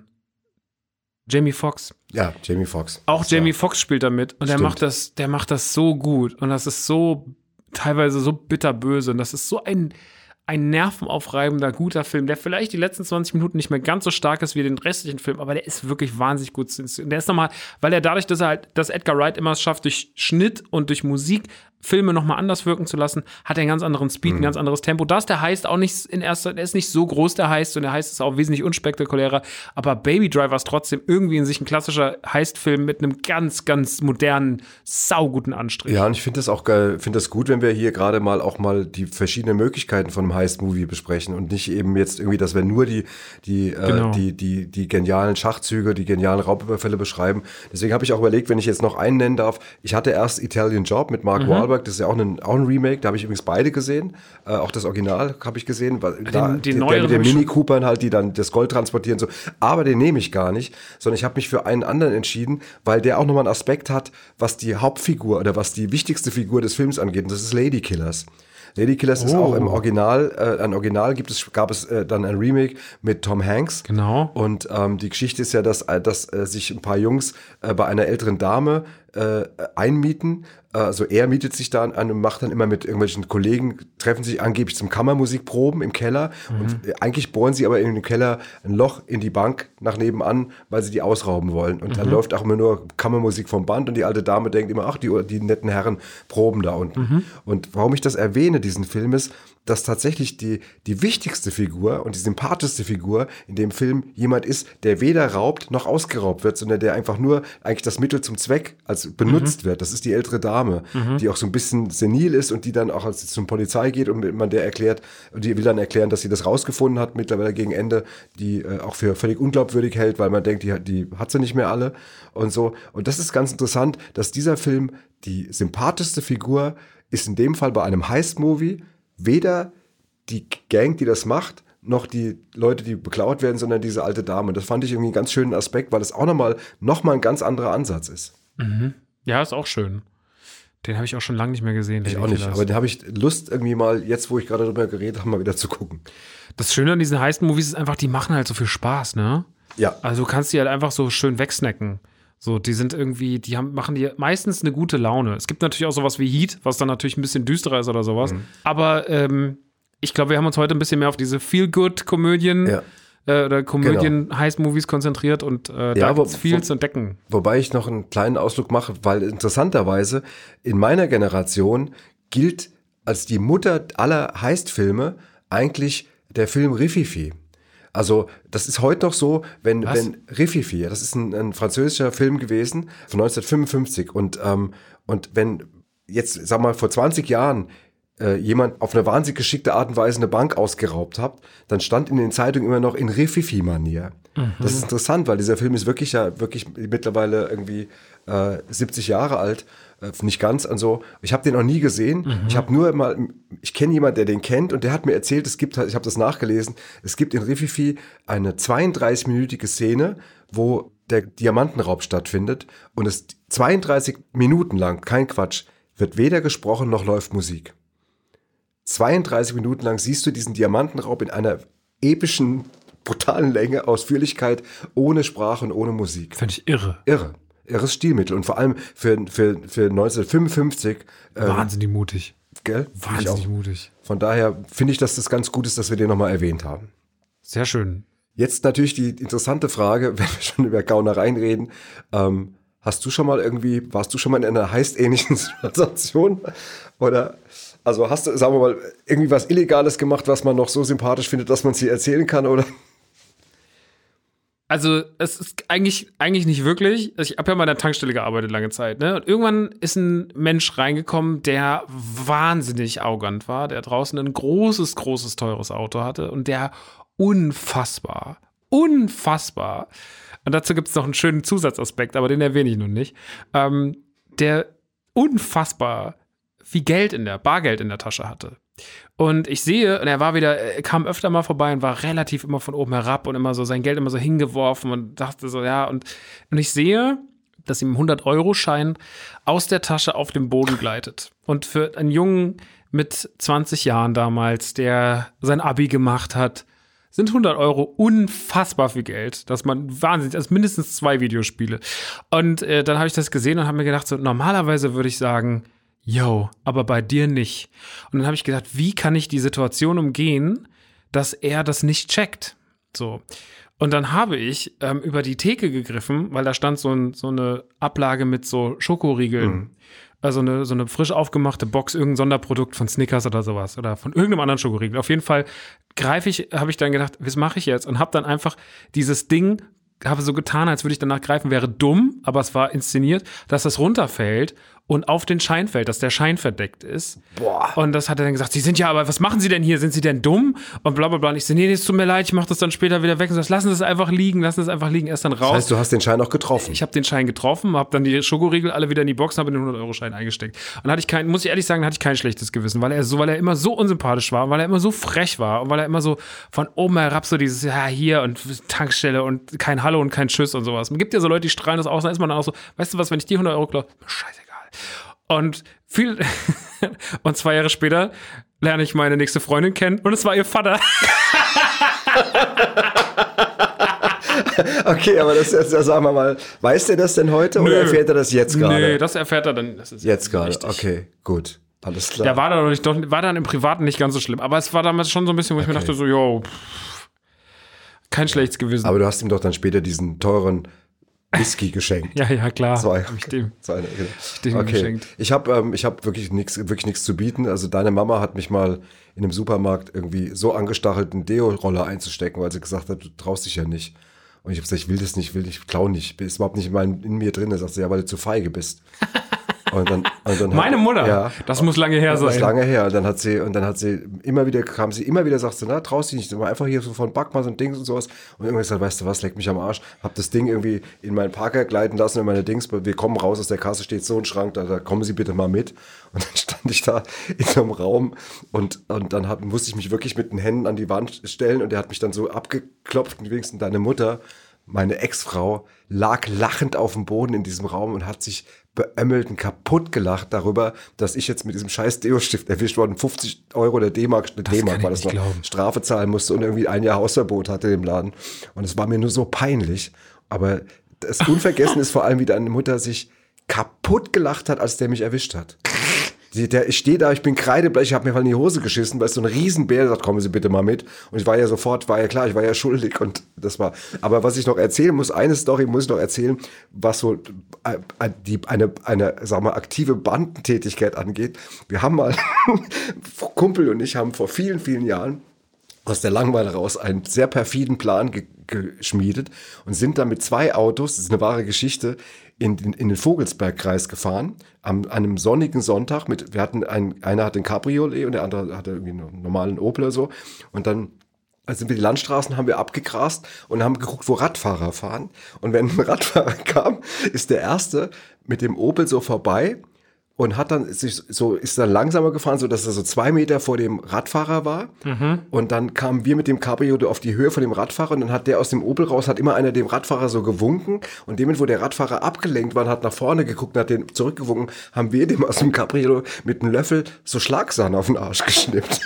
Jamie Foxx.
Ja, Jamie Foxx.
Auch
ja.
Jamie Foxx spielt da mit und der macht das, der macht das so gut und das ist so teilweise so bitterböse und das ist so ein Ein nervenaufreibender, guter Film, der vielleicht die letzten zwanzig Minuten nicht mehr ganz so stark ist wie den restlichen Film, aber der ist wirklich wahnsinnig gut. Der ist nochmal, weil er dadurch, dass er halt, dass Edgar Wright immer es schafft, durch Schnitt und durch Musik Filme nochmal anders wirken zu lassen, hat er einen ganz anderen Speed, mhm. ein ganz anderes Tempo. Das, der heißt auch nicht in erster, der ist nicht so groß, der heißt, und der heißt ist auch wesentlich unspektakulärer, aber Baby Driver ist trotzdem irgendwie in sich ein klassischer Heist-Film mit einem ganz, ganz modernen, sauguten Anstrich.
Ja, und ich finde das auch geil, finde das gut, wenn wir hier gerade mal auch mal die verschiedenen Möglichkeiten von einem Heist-Movie besprechen und nicht eben jetzt irgendwie, dass wir nur die, die,
genau.
äh, die, die, die genialen Schachzüge, die genialen Raubüberfälle beschreiben. Deswegen habe ich auch überlegt, wenn ich jetzt noch einen nennen darf, ich hatte erst Italian Job mit Mark mhm. Wahlberg, das ist ja auch ein, auch ein Remake, da habe ich übrigens beide gesehen, äh, auch das Original habe ich gesehen, weil
den,
da,
den
der, der mit den Mini Coopern halt, die dann das Gold transportieren, so. Aber den nehme ich gar nicht, sondern ich habe mich für einen anderen entschieden, weil der auch nochmal einen Aspekt hat, was die Hauptfigur oder was die wichtigste Figur des Films angeht, und das ist Lady Killers. Lady Killers oh. ist auch im Original, äh, ein Original gibt es, gab es äh, dann ein Remake mit Tom Hanks.
Genau.
Und ähm, die Geschichte ist ja, dass, äh, dass äh, sich ein paar Jungs äh, bei einer älteren Dame äh, einmieten. Also er mietet sich da an und macht dann immer mit irgendwelchen Kollegen, treffen sich angeblich zum Kammermusikproben im Keller. Mhm. Und eigentlich bohren sie aber in den Keller ein Loch in die Bank nach nebenan, weil sie die ausrauben wollen. Und mhm. dann läuft auch immer nur Kammermusik vom Band und die alte Dame denkt immer, ach, die, die netten Herren proben da unten. Mhm. Und warum ich das erwähne, diesen Film, ist, dass tatsächlich die, die wichtigste Figur und die sympathischste Figur in dem Film jemand ist, der weder raubt noch ausgeraubt wird, sondern der einfach nur eigentlich das Mittel zum Zweck als benutzt mhm. wird. Das ist die ältere Dame, mhm. die auch so ein bisschen senil ist und die dann auch als zur Polizei geht und man der erklärt, und die will dann erklären, dass sie das rausgefunden hat, mittlerweile gegen Ende, die äh, auch für völlig unglaubwürdig hält, weil man denkt, die, die hat sie nicht mehr alle und so. Und das ist ganz interessant, dass dieser Film, die sympathischste Figur ist in dem Fall bei einem Heist-Movie weder die Gang, die das macht, noch die Leute, die beklaut werden, sondern diese alte Dame. Und das fand ich irgendwie einen ganz schönen Aspekt, weil es auch nochmal noch mal ein ganz anderer Ansatz ist.
Mhm. Ja, ist auch schön. Den habe ich auch schon lange nicht mehr gesehen.
Ich auch nicht, aber den habe ich Lust irgendwie mal, jetzt wo ich gerade drüber geredet habe, mal wieder zu gucken.
Das Schöne an diesen Heist-Movies ist einfach, die machen halt so viel Spaß, ne?
Ja.
Also du kannst die halt einfach so schön wegsnacken. So, die sind irgendwie, die haben, machen dir meistens eine gute Laune. Es gibt natürlich auch sowas wie Heat, was dann natürlich ein bisschen düsterer ist oder sowas. Mhm. Aber ähm, ich glaube, wir haben uns heute ein bisschen mehr auf diese Feel-Good-Komödien
ja.
äh, oder Komödien-Heist-Movies konzentriert und äh, da
ja,
gibt es
wo,
viel
wo,
zu entdecken.
Wobei ich noch einen kleinen Ausflug mache, weil interessanterweise in meiner Generation gilt als die Mutter aller Heist-Filme eigentlich der Film Rififi. Also das ist heute noch so, wenn,
Was?
wenn Rififi, das ist ein, ein französischer Film gewesen von neunzehnhundertfünfundfünfzig und, ähm, und wenn jetzt, sag mal, vor zwanzig Jahren äh, jemand auf eine wahnsinnig geschickte Art und Weise eine Bank ausgeraubt hat, dann stand in den Zeitungen immer noch in Rififi-Manier. Mhm. Das ist interessant, weil dieser Film ist wirklich ja wirklich mittlerweile irgendwie äh, siebzig Jahre alt. Nicht ganz, also ich habe den noch nie gesehen. Mhm. Ich habe nur mal, ich kenne jemanden, der den kennt und der hat mir erzählt, es gibt, ich habe das nachgelesen, es gibt in Rififi eine zweiunddreißig-minütige Szene, wo der Diamantenraub stattfindet und es zweiunddreißig Minuten lang, kein Quatsch, wird weder gesprochen noch läuft Musik. zweiunddreißig Minuten lang siehst du diesen Diamantenraub in einer epischen, brutalen Länge, Ausführlichkeit, ohne Sprache und ohne Musik.
Finde ich irre.
Irre. Irres Stilmittel und vor allem für, für, für neunzehnhundertfünfundfünfzig. Ähm,
Wahnsinnig mutig.
Gell?
Wahnsinnig mutig.
Von daher finde ich, dass das ganz gut ist, dass wir den nochmal erwähnt haben.
Sehr schön.
Jetzt natürlich die interessante Frage, wenn wir schon über Gaunereien reden. Ähm, hast du schon mal irgendwie, warst du schon mal in einer heißähnlichen Situation? Oder, also hast du, sagen wir mal, irgendwie was Illegales gemacht, was man noch so sympathisch findet, dass man es hier erzählen kann, oder?
Also, es ist eigentlich, eigentlich nicht wirklich. Ich habe ja mal an der Tankstelle gearbeitet lange Zeit, ne? Und irgendwann ist ein Mensch reingekommen, der wahnsinnig arrogant war, der draußen ein großes, großes, teures Auto hatte und der unfassbar, unfassbar, und dazu gibt es noch einen schönen Zusatzaspekt, aber den erwähne ich nun nicht, ähm, der unfassbar viel Geld in der, Bargeld in der Tasche hatte. Und ich sehe, und er war wieder, er kam öfter mal vorbei und war relativ immer von oben herab und immer so sein Geld immer so hingeworfen und dachte so, ja, und, und ich sehe, dass ihm ein hundert-Euro-Schein aus der Tasche auf den Boden gleitet. Und für einen Jungen mit zwanzig Jahren damals, der sein Abi gemacht hat, sind hundert Euro unfassbar viel Geld, dass man wahnsinnig, also mindestens zwei Videospiele. Und äh, dann habe ich das gesehen und habe mir gedacht, so normalerweise würde ich sagen, yo, aber bei dir nicht. Und dann habe ich gedacht, wie kann ich die Situation umgehen, dass er das nicht checkt? So. Und dann habe ich ähm, über die Theke gegriffen, weil da stand so, ein, so eine Ablage mit so Schokoriegeln. Mhm. Also eine, so eine frisch aufgemachte Box, irgendein Sonderprodukt von Snickers oder sowas oder von irgendeinem anderen Schokoriegel. Auf jeden Fall greife ich, habe ich dann gedacht, was mache ich jetzt? Und habe dann einfach dieses Ding, habe so getan, als würde ich danach greifen, wäre dumm, aber es war inszeniert, dass das runterfällt und auf den Schein fällt, dass der Schein verdeckt ist. Boah. Und das hat er dann gesagt, Sie sind ja, aber was machen Sie denn hier? Sind Sie denn dumm? Und bla bla bla. Und ich so, nee, es tut mir leid, ich mache das dann später wieder weg. Und so, lassen Sie es einfach liegen, lassen Sie es einfach liegen, erst dann raus.
Das heißt, du hast den Schein auch getroffen?
Ich habe den Schein getroffen, habe dann die Schokoriegel alle wieder in die Box und habe den hundert-Euro-Schein eingesteckt. Und dann hatte ich kein, muss ich ehrlich sagen, hatte ich kein schlechtes Gewissen, weil er so, weil er immer so unsympathisch war, weil er immer so frech war und weil er immer so von oben herab so dieses, ja, hier und Tankstelle und kein Hallo und kein Tschüss und sowas. Man gibt ja so Leute, die strahlen das aus, dann ist man dann auch so, weißt du was, wenn ich die hundert Euro klaue, scheißegal. Und viel und zwei Jahre später lerne ich meine nächste Freundin kennen und es war ihr Vater.
Okay, aber das ist ja, sagen wir mal, weiß der das denn heute
Nö.
oder erfährt er das jetzt gerade?
Nee, das erfährt er dann. Das ist
jetzt gerade,
richtig.
Okay, gut. Alles klar.
Der war dann, noch nicht, war dann im Privaten nicht ganz so schlimm, aber es war damals schon so ein bisschen, wo ich
Okay.
mir dachte so, yo, pff, kein schlechtes Gewissen.
Aber du hast ihm doch dann später diesen teuren Whisky geschenkt.
Ja, ja, klar.
Zwei.
Hab ich dem,
Zwei, genau.
ich dem
Okay.
geschenkt.
Ich habe ähm, ich hab wirklich nichts wirklich nichts zu bieten. Also deine Mama hat mich mal in einem Supermarkt irgendwie so angestachelt, einen Deo-Roller einzustecken, weil sie gesagt hat, du traust dich ja nicht. Und ich habe gesagt, ich will das nicht, will ich klau nicht. Ist überhaupt nicht in, mein, in mir drin. Da sagt sie, ja, weil du zu feige bist. Und dann, und dann
Meine
hat,
Mutter,
ja,
das muss lange her
das ist
sein.
lange her. Und dann hat sie, und dann hat sie immer wieder, kam sie immer wieder, sagt sie, na, traust dich nicht, immer einfach hier so von back mal so ein Ding und sowas. Und irgendwann gesagt, weißt du was, leck mich am Arsch. Hab das Ding irgendwie in meinen Parker gleiten lassen, in meine Dings. Wir kommen raus aus der Kasse, steht so ein Schrank, da, da kommen Sie bitte mal mit. Und dann stand ich da in so einem Raum und, und dann hab, musste ich mich wirklich mit den Händen an die Wand stellen und der hat mich dann so abgeklopft und wenigstens deine Mutter, meine Ex-Frau, lag lachend auf dem Boden in diesem Raum und hat sich beömmelt und kaputt gelacht darüber, dass ich jetzt mit diesem scheiß Deo-Stift erwischt worden, fünfzig Euro der D-Mark, eine D-Mark war das noch,
glauben.
Strafe zahlen musste und irgendwie ein Jahr Hausverbot hatte im Laden. Und es war mir nur so peinlich. Aber das Unvergessen ist vor allem, wie deine Mutter sich kaputt gelacht hat, als der mich erwischt hat. Die, der, ich stehe da, ich bin kreidebleich, ich habe mir mal in die Hose geschissen, weil so ein Riesenbär sagt, kommen Sie bitte mal mit. Und ich war ja sofort, war ja klar, ich war ja schuldig und das war. Aber was ich noch erzählen muss, eine Story muss ich noch erzählen, was so äh, die, eine, eine, sag mal, aktive Bandentätigkeit angeht. Wir haben mal, Kumpel und ich haben vor vielen, vielen Jahren aus der Langeweile raus einen sehr perfiden Plan ge- geschmiedet und sind dann mit zwei Autos, das ist eine wahre Geschichte, in, in, in den Vogelsbergkreis gefahren, am, an einem sonnigen Sonntag. Mit, wir hatten ein, einer hatte ein Cabriolet und der andere hatte irgendwie einen normalen Opel oder so. Und dann also sind wir die Landstraßen, haben wir abgegrast und haben geguckt, wo Radfahrer fahren. Und wenn ein Radfahrer kam, ist der Erste mit dem Opel so vorbei und hat dann sich so, ist dann langsamer gefahren, so dass er so zwei Meter vor dem Radfahrer war. Mhm. Und dann kamen wir mit dem Cabrio auf die Höhe von dem Radfahrer und dann hat der aus dem Opel raus, hat immer einer dem Radfahrer so gewunken und dem, wo der Radfahrer abgelenkt war, hat nach vorne geguckt und hat den zurückgewunken, haben wir dem aus dem Cabrio mit einem Löffel so Schlagsahne auf den Arsch geschnippt.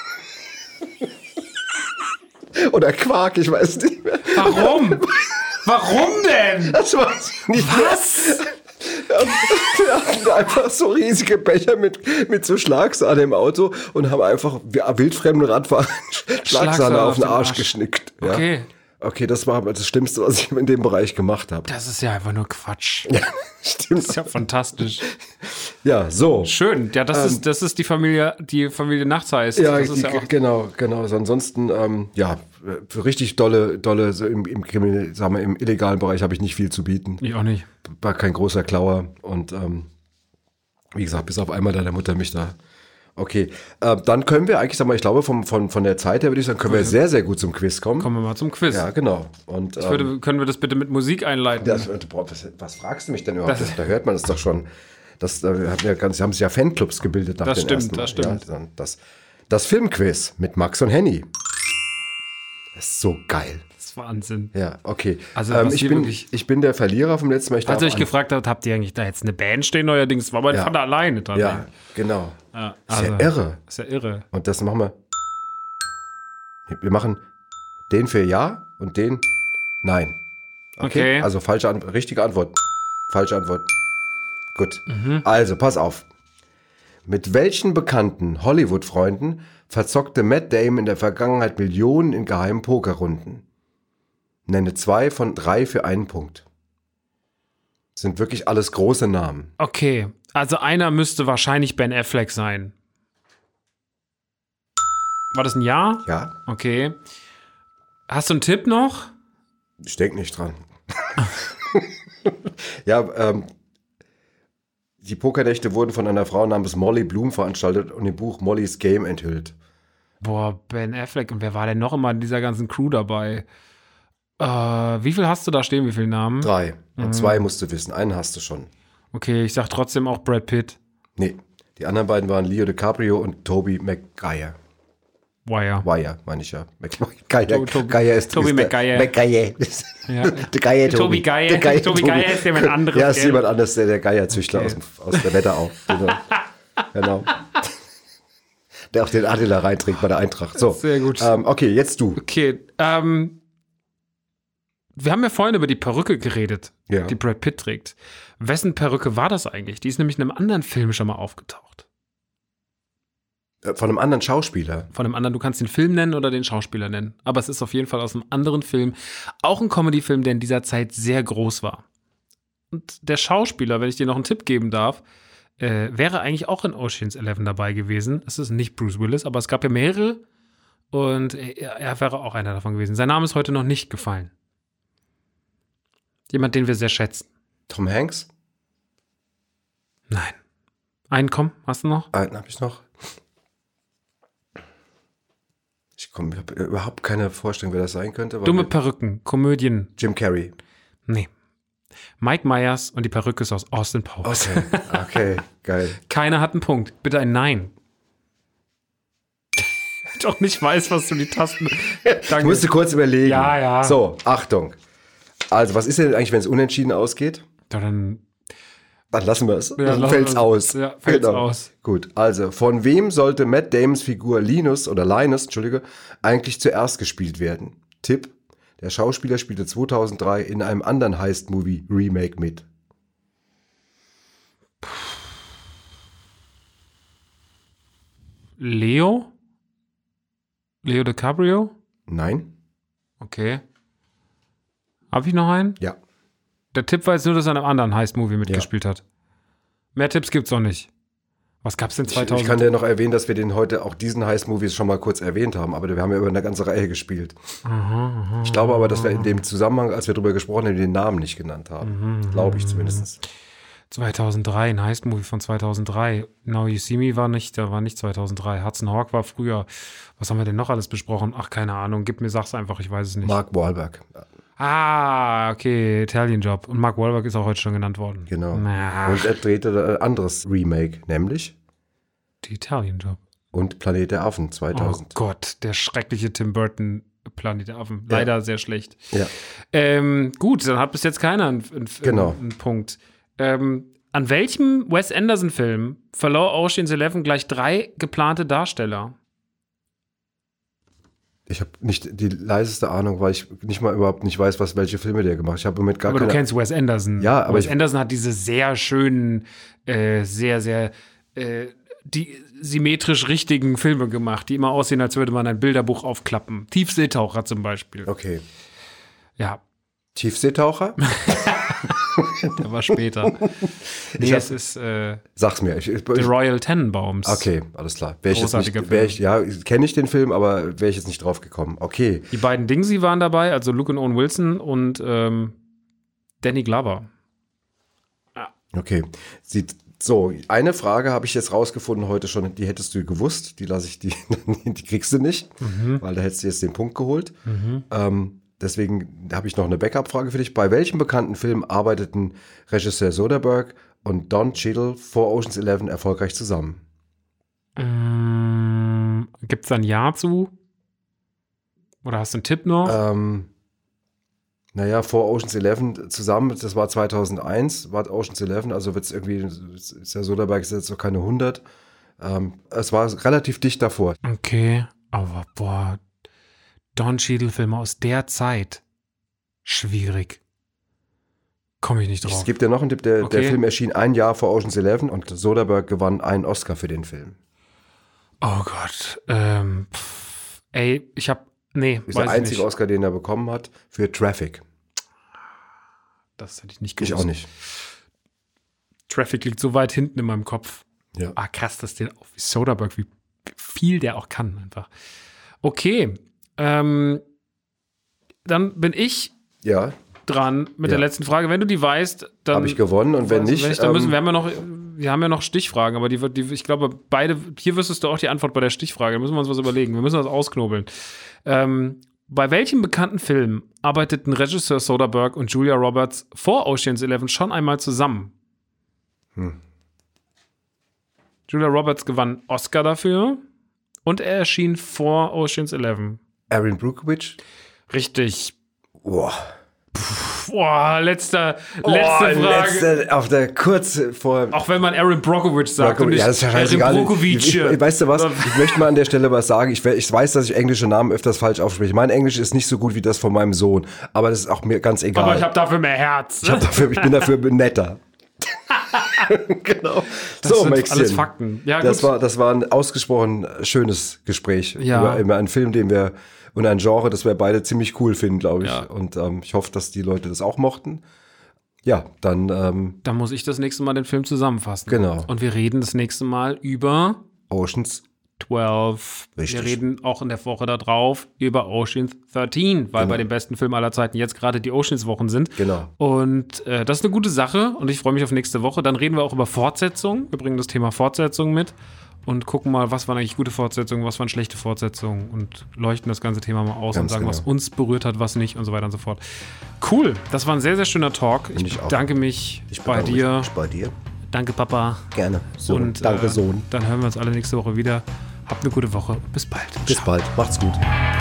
Oder Quark, ich weiß nicht mehr.
Warum? Warum denn?
Das weiß ich nicht.
Was?
Wir hatten einfach so riesige Becher mit, mit so Schlagsahne im Auto und haben einfach wildfremden Radfahrern Schlagsahne, Schlagsahne auf den Arsch, Arsch geschnickt. Ja. Okay. Okay, das war das Schlimmste, was ich in dem Bereich gemacht habe.
Das ist ja einfach nur Quatsch.
Ja, stimmt.
Das ist ja fantastisch.
Ja, so.
Schön. Ja, das, ähm, ist, das ist die Familie, die Familie Nachts heißt.
Ja,
das ist
die,
ja auch
genau, genau. Also ansonsten, ähm, ja, für richtig dolle, dolle, so im, im, Kriminal, sagen wir, im illegalen Bereich habe ich nicht viel zu bieten.
Ich auch nicht.
War kein großer Klauer und ähm, wie gesagt, bis auf einmal deine Mutter mich da. Okay, äh, dann können wir eigentlich, sag mal, ich glaube, vom, von, von der Zeit her würde ich sagen, können wir sehr, sehr gut zum Quiz kommen.
Kommen wir mal zum Quiz.
Ja, genau. Und,
ähm, würde, können wir das bitte mit Musik einleiten?
Das, boah, was, was fragst du mich denn überhaupt? Das, da hört man es doch schon. Das, da haben wir ganz, haben sich ja Fanclubs gebildet nach
das
den
stimmt,
ersten Mal.
Das stimmt,
ja, das Das Filmquiz mit Max und Henny. Das ist so geil.
Das ist Wahnsinn.
Ja, okay.
Also,
ähm, ich, bin, ich bin der Verlierer vom letzten Mal. Ich
Als ihr euch gefragt habt, habt ihr eigentlich da jetzt eine Band stehen? Neuerdings war mein
ja.
Vater alleine dran.
Ja, genau.
Ja,
also, ist ja irre.
Ist ja irre.
Und das machen wir. Wir machen den für Ja und den Nein. Okay. okay. Also falsche Antwort, richtige Antwort. Falsche Antwort. Gut. Mhm. Also, pass auf. Mit welchen bekannten Hollywood-Freunden verzockte Matt Damon in der Vergangenheit Millionen in geheimen Pokerrunden? Nenne zwei von drei für einen Punkt. Das sind wirklich alles große Namen.
Okay, also einer müsste wahrscheinlich Ben Affleck sein. War das ein Ja?
Ja.
Okay. Hast du einen Tipp noch?
Ich denke nicht dran. ja, ähm, die Pokernächte wurden von einer Frau namens Molly Bloom veranstaltet und im Buch Molly's Game enthüllt.
Boah, Ben Affleck. Und wer war denn noch immer in dieser ganzen Crew dabei? Äh, wie viel hast du da stehen? Wie viele Namen?
Drei. Und mhm. zwei musst du wissen. Einen hast du schon.
Okay, ich sag trotzdem auch Brad Pitt.
Nee, die anderen beiden waren Leo DiCaprio und Tobey Maguire.
Wire.
Wire, meine ich ja. Maguire.
To, to,
Geier ist
Toby Maguire.
Maguire.
Ja.
Der Geier
Toby. Toby Geier. Toby Geier ist jemand anderes.
Ja, ist jemand anderes, der, der Geierzüchtler okay. aus, aus der Wetterau. Genau. genau. Der auch den Adler reintrinkt bei der Eintracht. So.
Sehr gut.
Ähm, okay, jetzt du.
Okay, ähm, wir haben ja vorhin über die Perücke geredet,
ja.
die Brad Pitt trägt. Wessen Perücke war das eigentlich? Die ist nämlich in einem anderen Film schon mal aufgetaucht.
Von einem anderen Schauspieler?
Von einem anderen, du kannst den Film nennen oder den Schauspieler nennen. Aber es ist auf jeden Fall aus einem anderen Film. Auch ein Comedy-Film, der in dieser Zeit sehr groß war. Und der Schauspieler, wenn ich dir noch einen Tipp geben darf, äh, wäre eigentlich auch in Ocean's Eleven dabei gewesen. Es ist nicht Bruce Willis, aber es gab ja mehrere. Und er, er wäre auch einer davon gewesen. Sein Name ist heute noch nicht gefallen. Jemand, den wir sehr schätzen.
Tom Hanks?
Nein. Einen, komm, hast du noch?
Einen habe ich noch. Ich komme, ich habe überhaupt keine Vorstellung, wer das sein könnte.
Dumme Perücken, Komödien.
Jim Carrey.
Nee. Mike Myers und die Perücke ist aus Austin Powers.
Okay, okay, geil.
Keiner hat einen Punkt. Bitte ein Nein. Ich auch nicht weiß, was du die Tasten...
Danke. Ich musste kurz überlegen.
Ja, ja.
So, Achtung. Also, was ist denn eigentlich, wenn es unentschieden ausgeht?
Dann...
Dann lassen wir es.
Ja,
dann fällt's aus.
Ja, fällt's genau. aus.
Gut, also von wem sollte Matt Damons Figur Linus oder Linus, Entschuldige, eigentlich zuerst gespielt werden? Tipp: Der Schauspieler spielte zweitausenddrei in einem anderen Heist-Movie-Remake mit.
Leo? Leo DiCaprio?
Nein.
Okay. Habe ich noch einen?
Ja. Der
Tipp war jetzt nur, dass er in einem anderen Heist-Movie mitgespielt ja. hat. Mehr Tipps gibt's auch nicht. Was gab's denn
Ich,
zweitausend?
ich kann dir noch erwähnen, dass wir den heute auch diesen Heist-Movies schon mal kurz erwähnt haben, aber wir haben ja über eine ganze Reihe gespielt.
Aha, aha,
ich glaube aber, dass wir in dem Zusammenhang, als wir darüber gesprochen haben, den Namen nicht genannt haben. Mhm, glaube ich zumindest.
zweitausenddrei, ein Heist-Movie von zweitausenddrei. Now You See Me war nicht, da war nicht zweitausenddrei. Hudson Hawk war früher. Was haben wir denn noch alles besprochen? Ach, keine Ahnung. Gib mir, sag's einfach, ich weiß es nicht.
Mark Wahlberg.
Ah, okay, Italian Job. Und Mark Wahlberg ist auch heute schon genannt worden.
Genau.
Na,
Und er drehte ein anderes Remake, nämlich
die Italian Job.
und Planet der Affen zweitausend.
Oh Gott, der schreckliche Tim Burton Planet der Affen. Leider
Ja.
sehr schlecht.
Ja.
Ähm, gut, dann hat bis jetzt keiner einen, einen,
Genau.
einen Punkt. Ähm, an welchem Wes Anderson-Film verlor Ocean's Eleven gleich drei geplante Darsteller?
Ich habe nicht die leiseste Ahnung, weil ich nicht mal überhaupt nicht weiß, was welche Filme der gemacht hat. Ich habe mit gar
Aber
keine
du kennst Wes Anderson.
Ja, aber
Wes
ich-
Anderson hat diese sehr schönen, äh, sehr, sehr äh, die symmetrisch richtigen Filme gemacht, die immer aussehen, als würde man ein Bilderbuch aufklappen. Tiefseetaucher zum Beispiel.
Okay.
Ja,
Tiefseetaucher?
der war später. nee,
hab-
es ist äh,
Sag's mir. Ich, ich,
The Royal Tenenbaums.
okay, alles klar. Wär ich jetzt
Großartiger
nicht, wär ich, ja, kenne ich den Film, aber wäre ich jetzt nicht drauf gekommen. Okay.
Die beiden Dingsy waren dabei, also Luke und Owen Wilson und ähm, Danny Glover.
Okay. Sieht so, eine Frage habe ich jetzt rausgefunden heute schon, die hättest du gewusst, die lasse ich, die, die kriegst du nicht, weil da hättest du jetzt den Punkt geholt. Ähm, deswegen habe ich noch eine Backup-Frage für dich. Bei welchem bekannten Film arbeiteten Regisseur Soderbergh und Don Cheadle vor Ocean's Eleven erfolgreich zusammen?
Ähm, Gibt es da ein Ja zu? Oder hast du einen Tipp noch?
Ähm, naja, vor Ocean's Eleven zusammen, das war zweitausendeins, war Ocean's Eleven, also wird es irgendwie, ist der Soderbergh ist jetzt so keine hundert. Ähm, es war relativ dicht davor.
Okay, aber boah, Don Cheadle-Filme aus der Zeit. Schwierig. Komme ich nicht drauf.
Es gibt ja noch einen Tipp, der,
Okay.
der Film erschien ein Jahr vor Ocean's Eleven und Soderbergh gewann einen Oscar für den Film.
Oh Gott. Ähm, pff, ey, ich hab. Nee,
Ist
weiß
der
ich
einzige
nicht.
Oscar, den er bekommen hat, für Traffic.
Das hätte ich nicht
Ich
gewusst.
auch nicht.
Traffic liegt so weit hinten in meinem Kopf.
Ja.
Ah, krass, dass der wie Soderbergh, wie viel der auch kann, einfach. Okay. Ähm, dann bin ich
Ja,
dran mit
Ja.
der letzten Frage. Wenn du die weißt, dann.
habe ich gewonnen und wenn
Weißt du,
nicht,
wenn ich, dann müssen,
ähm,
wir haben ja noch, wir haben ja noch Stichfragen, aber die, wird- die, ich glaube, beide, hier wüsstest du auch die Antwort bei der Stichfrage. Da müssen wir uns was überlegen. Wir müssen das ausknobeln. Ähm, bei welchem bekannten Film arbeiteten Regisseur Soderbergh und Julia Roberts vor Ocean's Eleven schon einmal zusammen?
Hm.
Julia Roberts gewann Oscar dafür und er erschien vor Ocean's Eleven.
Aaron Brockovich.
Richtig.
Boah.
Boah, letzter, letzte
oh,
Frage.
Letzte, auf der kurz vor.
Auch wenn man Aaron Brockovich sagt und nicht
ja, das ist ja
Aaron
scheißegal.
Brockovich.
Ich, ich, weißt du was? Ich möchte mal an der Stelle was sagen. Ich, we- ich weiß, dass ich englische Namen öfters falsch ausspreche. Mein Englisch ist nicht so gut wie das von meinem Sohn. Aber das ist auch mir ganz egal.
Aber ich habe dafür mehr Herz.
Ich, hab dafür, ich bin dafür netter. Genau.
Das
so,
sind
Maxchen.
alles Fakten. Ja,
das,
gut.
war, das war ein ausgesprochen schönes Gespräch
Ja.
über, über einen Film, den wir und ein Genre, das wir beide ziemlich cool finden, glaube ich.
Ja.
Und ähm, ich hoffe, dass die Leute das auch mochten. Ja, dann ähm,
Dann muss ich das nächste Mal den Film zusammenfassen.
Genau.
Und wir reden das nächste Mal über
Oceans.
zwölf.
Richtig.
Wir reden auch in der Woche darauf über Ocean's dreizehn, weil
Genau.
bei den besten Filmen aller Zeiten jetzt gerade die Oceans-Wochen sind.
Genau.
Und äh, das ist eine gute Sache und ich freue mich auf nächste Woche. Dann reden wir auch über Fortsetzung. Wir bringen das Thema Fortsetzung mit und gucken mal, was waren eigentlich gute Fortsetzungen, was waren schlechte Fortsetzungen und leuchten das ganze Thema mal aus
Ganz
und sagen,
genau.
was uns berührt hat, was nicht und so weiter und so fort. Cool, das war ein sehr, sehr schöner Talk. Ich,
ich auch.
bedanke mich
Ich
bei
bedanke
dir.
mich bei dir.
Danke, Papa.
Gerne. Sohn.
Und
Danke,
äh,
Sohn.
Dann hören wir uns alle nächste Woche wieder. Habt eine gute Woche und bis bald.
Bis bald. Macht's gut.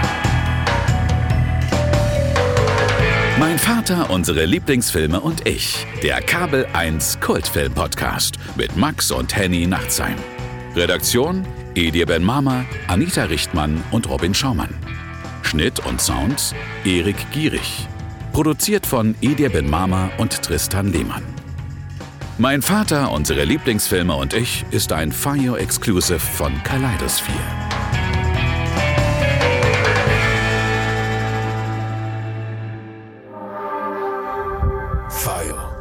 Mein Vater, unsere Lieblingsfilme und ich. Der Kabel eins Kultfilm-Podcast mit Max und Henny Nachtsheim. Redaktion: Edir Ben Mama, Anita Richtmann und Robin Schaumann. Schnitt und Sounds: Erik Gierig. Produziert von Edir Ben Mama und Tristan Lehmann. Mein Vater, unsere Lieblingsfilme und ich ist ein Fire Exclusive von Kaleidosphere. Fire.